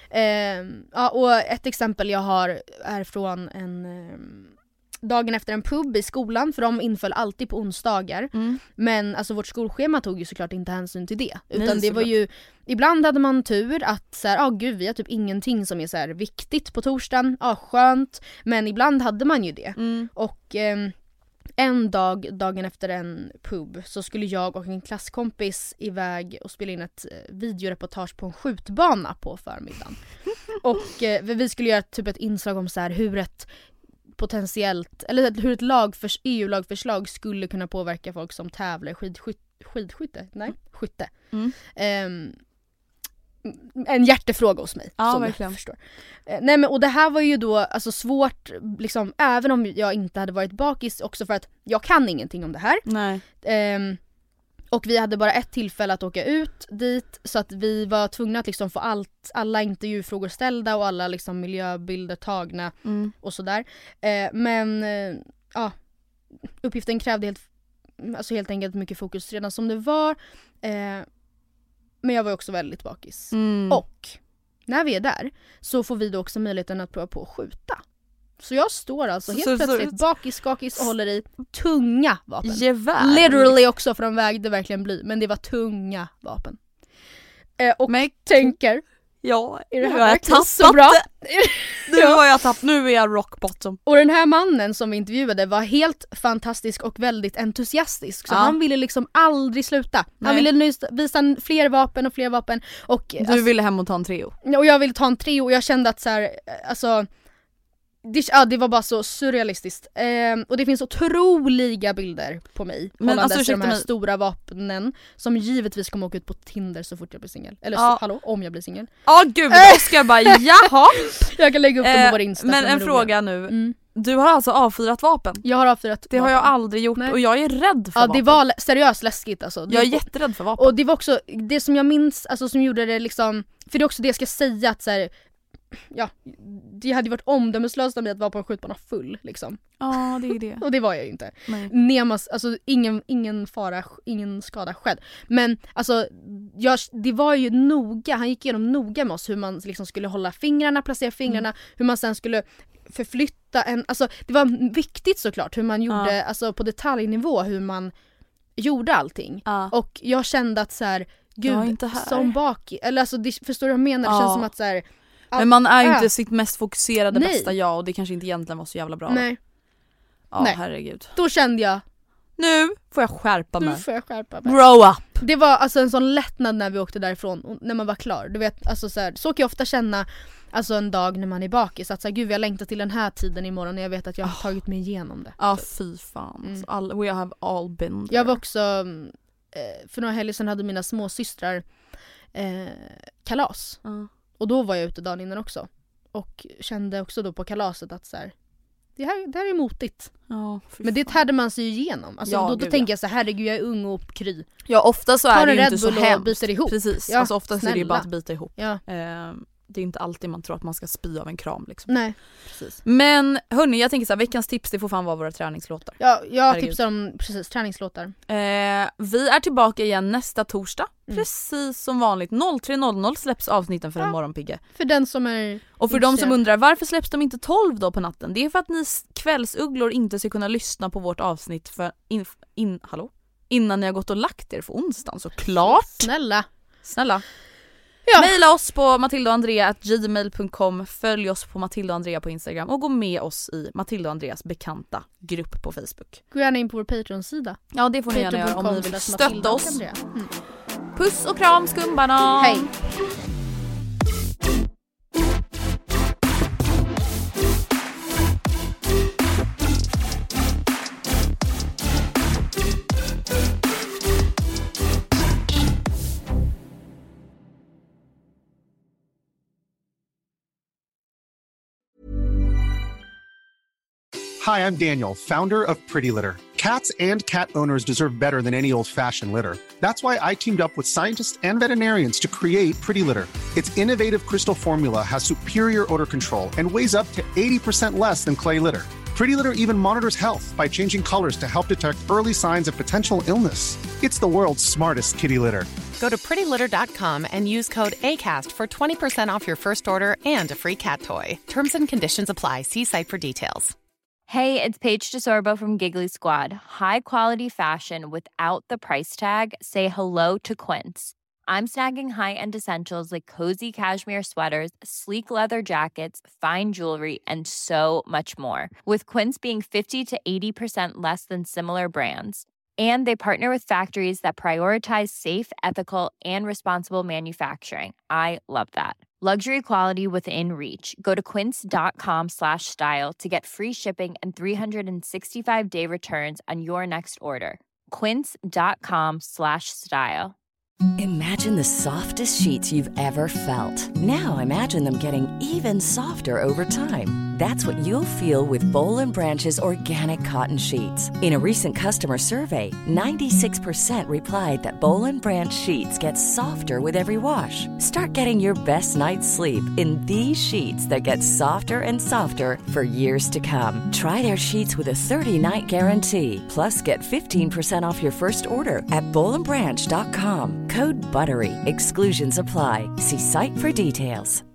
Och ett exempel jag har är från dagen efter en pub i skolan, för de inföll alltid på onsdagar. Men alltså vårt skolschema tog ju såklart inte hänsyn till det. Utan det var ju, ibland hade man tur att så här, gud vi har typ ingenting som är så här viktigt på torsdagen. Skönt. Men ibland hade man ju det. Och dagen efter en pub så skulle jag och en klasskompis iväg och spela in ett videoreportage på en skjutbana på förmiddagen. Och vi skulle göra typ ett inslag om så här hur ett potentiellt, eller hur ett EU-lagförslag skulle kunna påverka folk som tävlar skidskytte. En hjärtefråga hos mig. Ja, som verkligen. Jag förstår. Nej, men, och det här var ju då alltså svårt, liksom, även om jag inte hade varit bakis, också för att jag kan ingenting om det här. Nej. Och vi hade bara ett tillfälle att åka ut dit, så att vi var tvungna att liksom få alla intervjufrågor ställda och alla liksom miljöbilder tagna och sådär. Men uppgiften krävde helt enkelt mycket fokus redan som det var. Men jag var också väldigt bakis. Och när vi är där så får vi då också möjligheten att prova på att skjuta. Så jag står alltså helt plötsligt bakis och håller i tunga vapen. Gevär. Literally också, för de vägde verkligen bly. Men det var tunga vapen. Och tänker, är det här verkligen så bra? Nu har jag tappat, nu är jag rock bottom. Och den här mannen som vi intervjuade var helt fantastisk och väldigt entusiastisk. Så han ville liksom aldrig sluta. Han ville visa fler vapen. Och, du ville hem och ta en trio. Och jag ville ta en trio, och jag kände att så här, alltså... Det var bara så surrealistiskt. Och det finns otroliga bilder på mig. Men alltså, de här stora vapnen som givetvis kommer åka ut på Tinder så fort jag blir singel. Eller hallå, om jag blir singel. Gud, Oskar bara jaha. Jag kan lägga upp dem på vår Insta. Men en fråga nu. Du har alltså avfyrat vapen? Jag har avfyrat Det vapen. har jag aldrig gjort. Nej. Och jag är rädd för vapen. Det var seriöst läskigt alltså. Jag är jätterädd för vapen. Och det var också det som jag minns, alltså, som gjorde det liksom. För det är också det jag ska säga, att så här, det hade ju varit omdömeslöst av mig att vara på en skjutbana full liksom. Ja, det är det. Och det var jag ju inte. Nej. Alltså ingen fara, ingen skada skedd. Men alltså det var ju noga, han gick igenom noga med oss hur man liksom skulle hålla fingrarna, placera fingrarna, hur man sen skulle förflytta alltså det var viktigt såklart hur man gjorde, alltså på detaljnivå hur man gjorde allting. Och jag kände att så här, gud, som eller alltså förstår du vad jag menar? Det känns som att så här, men man är ju inte sitt mest fokuserade bästa och det kanske inte egentligen var så jävla bra. Nej. Nej, herregud. Då kände jag, nu får jag skärpa mig. Grow up. Det var alltså en sån lättnad när vi åkte därifrån och när man var klar. Du vet, alltså så kan jag ofta känna alltså en dag när man är bakis, att så här, gud, jag längtar till den här tiden imorgon och jag vet att jag har tagit mig igenom det. Fy fan. We have all been there. Jag var också för några helger sedan hade mina småsystrar kalas. Och då var jag ute dagen innan också. Och kände också då på kalaset att så här, det här är motigt. Men det hade man sig igenom. Alltså, då tänker jag så här, herregud, jag är ung och kry. Ja, ofta så är det ju inte så hemskt. Byter ihop. Precis, alltså ofta är det ju bara att byta ihop. Ja. Det är inte alltid man tror att man ska spy av en kram liksom. Nej, precis. Men hörni, jag tänker så här, veckans tips, det får fan vara våra träningslåtar. Ja, jag tipsar om träningslåtar. Vi är tillbaka igen nästa torsdag. Precis som vanligt. 03.00 släpps avsnitten för en morgonpigge. För den som är... Och för de som undrar, varför släpps de inte 12 då på natten? Det är för att ni kvällsugglor inte ska kunna lyssna på vårt avsnitt för innan ni har gått och lagt er för onsdagen, såklart. Snälla. Ja. Maila oss på matildaandrea@gmail.com. Följ oss på Matilda och Andrea på Instagram och gå med oss i Matilda och Andreas bekanta grupp på Facebook. Gå gärna in på vår Patreon-sida. Ja, det får ni gärna göra om ni vill stötta oss. Puss och kram, skumbarna. Hej. Hi, I'm Daniel, founder of Pretty Litter. Cats and cat owners deserve better than any old-fashioned litter. That's why I teamed up with scientists and veterinarians to create Pretty Litter. Its innovative crystal formula has superior odor control and weighs up to 80% less than clay litter. Pretty Litter even monitors health by changing colors to help detect early signs of potential illness. It's the world's smartest kitty litter. Go to prettylitter.com and use code ACAST for 20% off your first order and a free cat toy. Terms and conditions apply. See site for details. Hey, it's Paige DeSorbo from Giggly Squad. High quality fashion without the price tag. Say hello to Quince. I'm snagging high-end essentials like cozy cashmere sweaters, sleek leather jackets, fine jewelry, and so much more. With Quince being 50 to 80% less than similar brands. And they partner with factories that prioritize safe, ethical, and responsible manufacturing. I love that. Luxury quality within reach. Go to quince.com/style to get free shipping and 365-day returns on your next order. Quince.com/style. Imagine the softest sheets you've ever felt. Now imagine them getting even softer over time. That's what you'll feel with Boll & Branch's organic cotton sheets. In a recent customer survey, 96% replied that Boll & Branch sheets get softer with every wash. Start getting your best night's sleep in these sheets that get softer and softer for years to come. Try their sheets with a 30-night guarantee. Plus, get 15% off your first order at bollandbranch.com. Code BUTTERY. Exclusions apply. See site for details.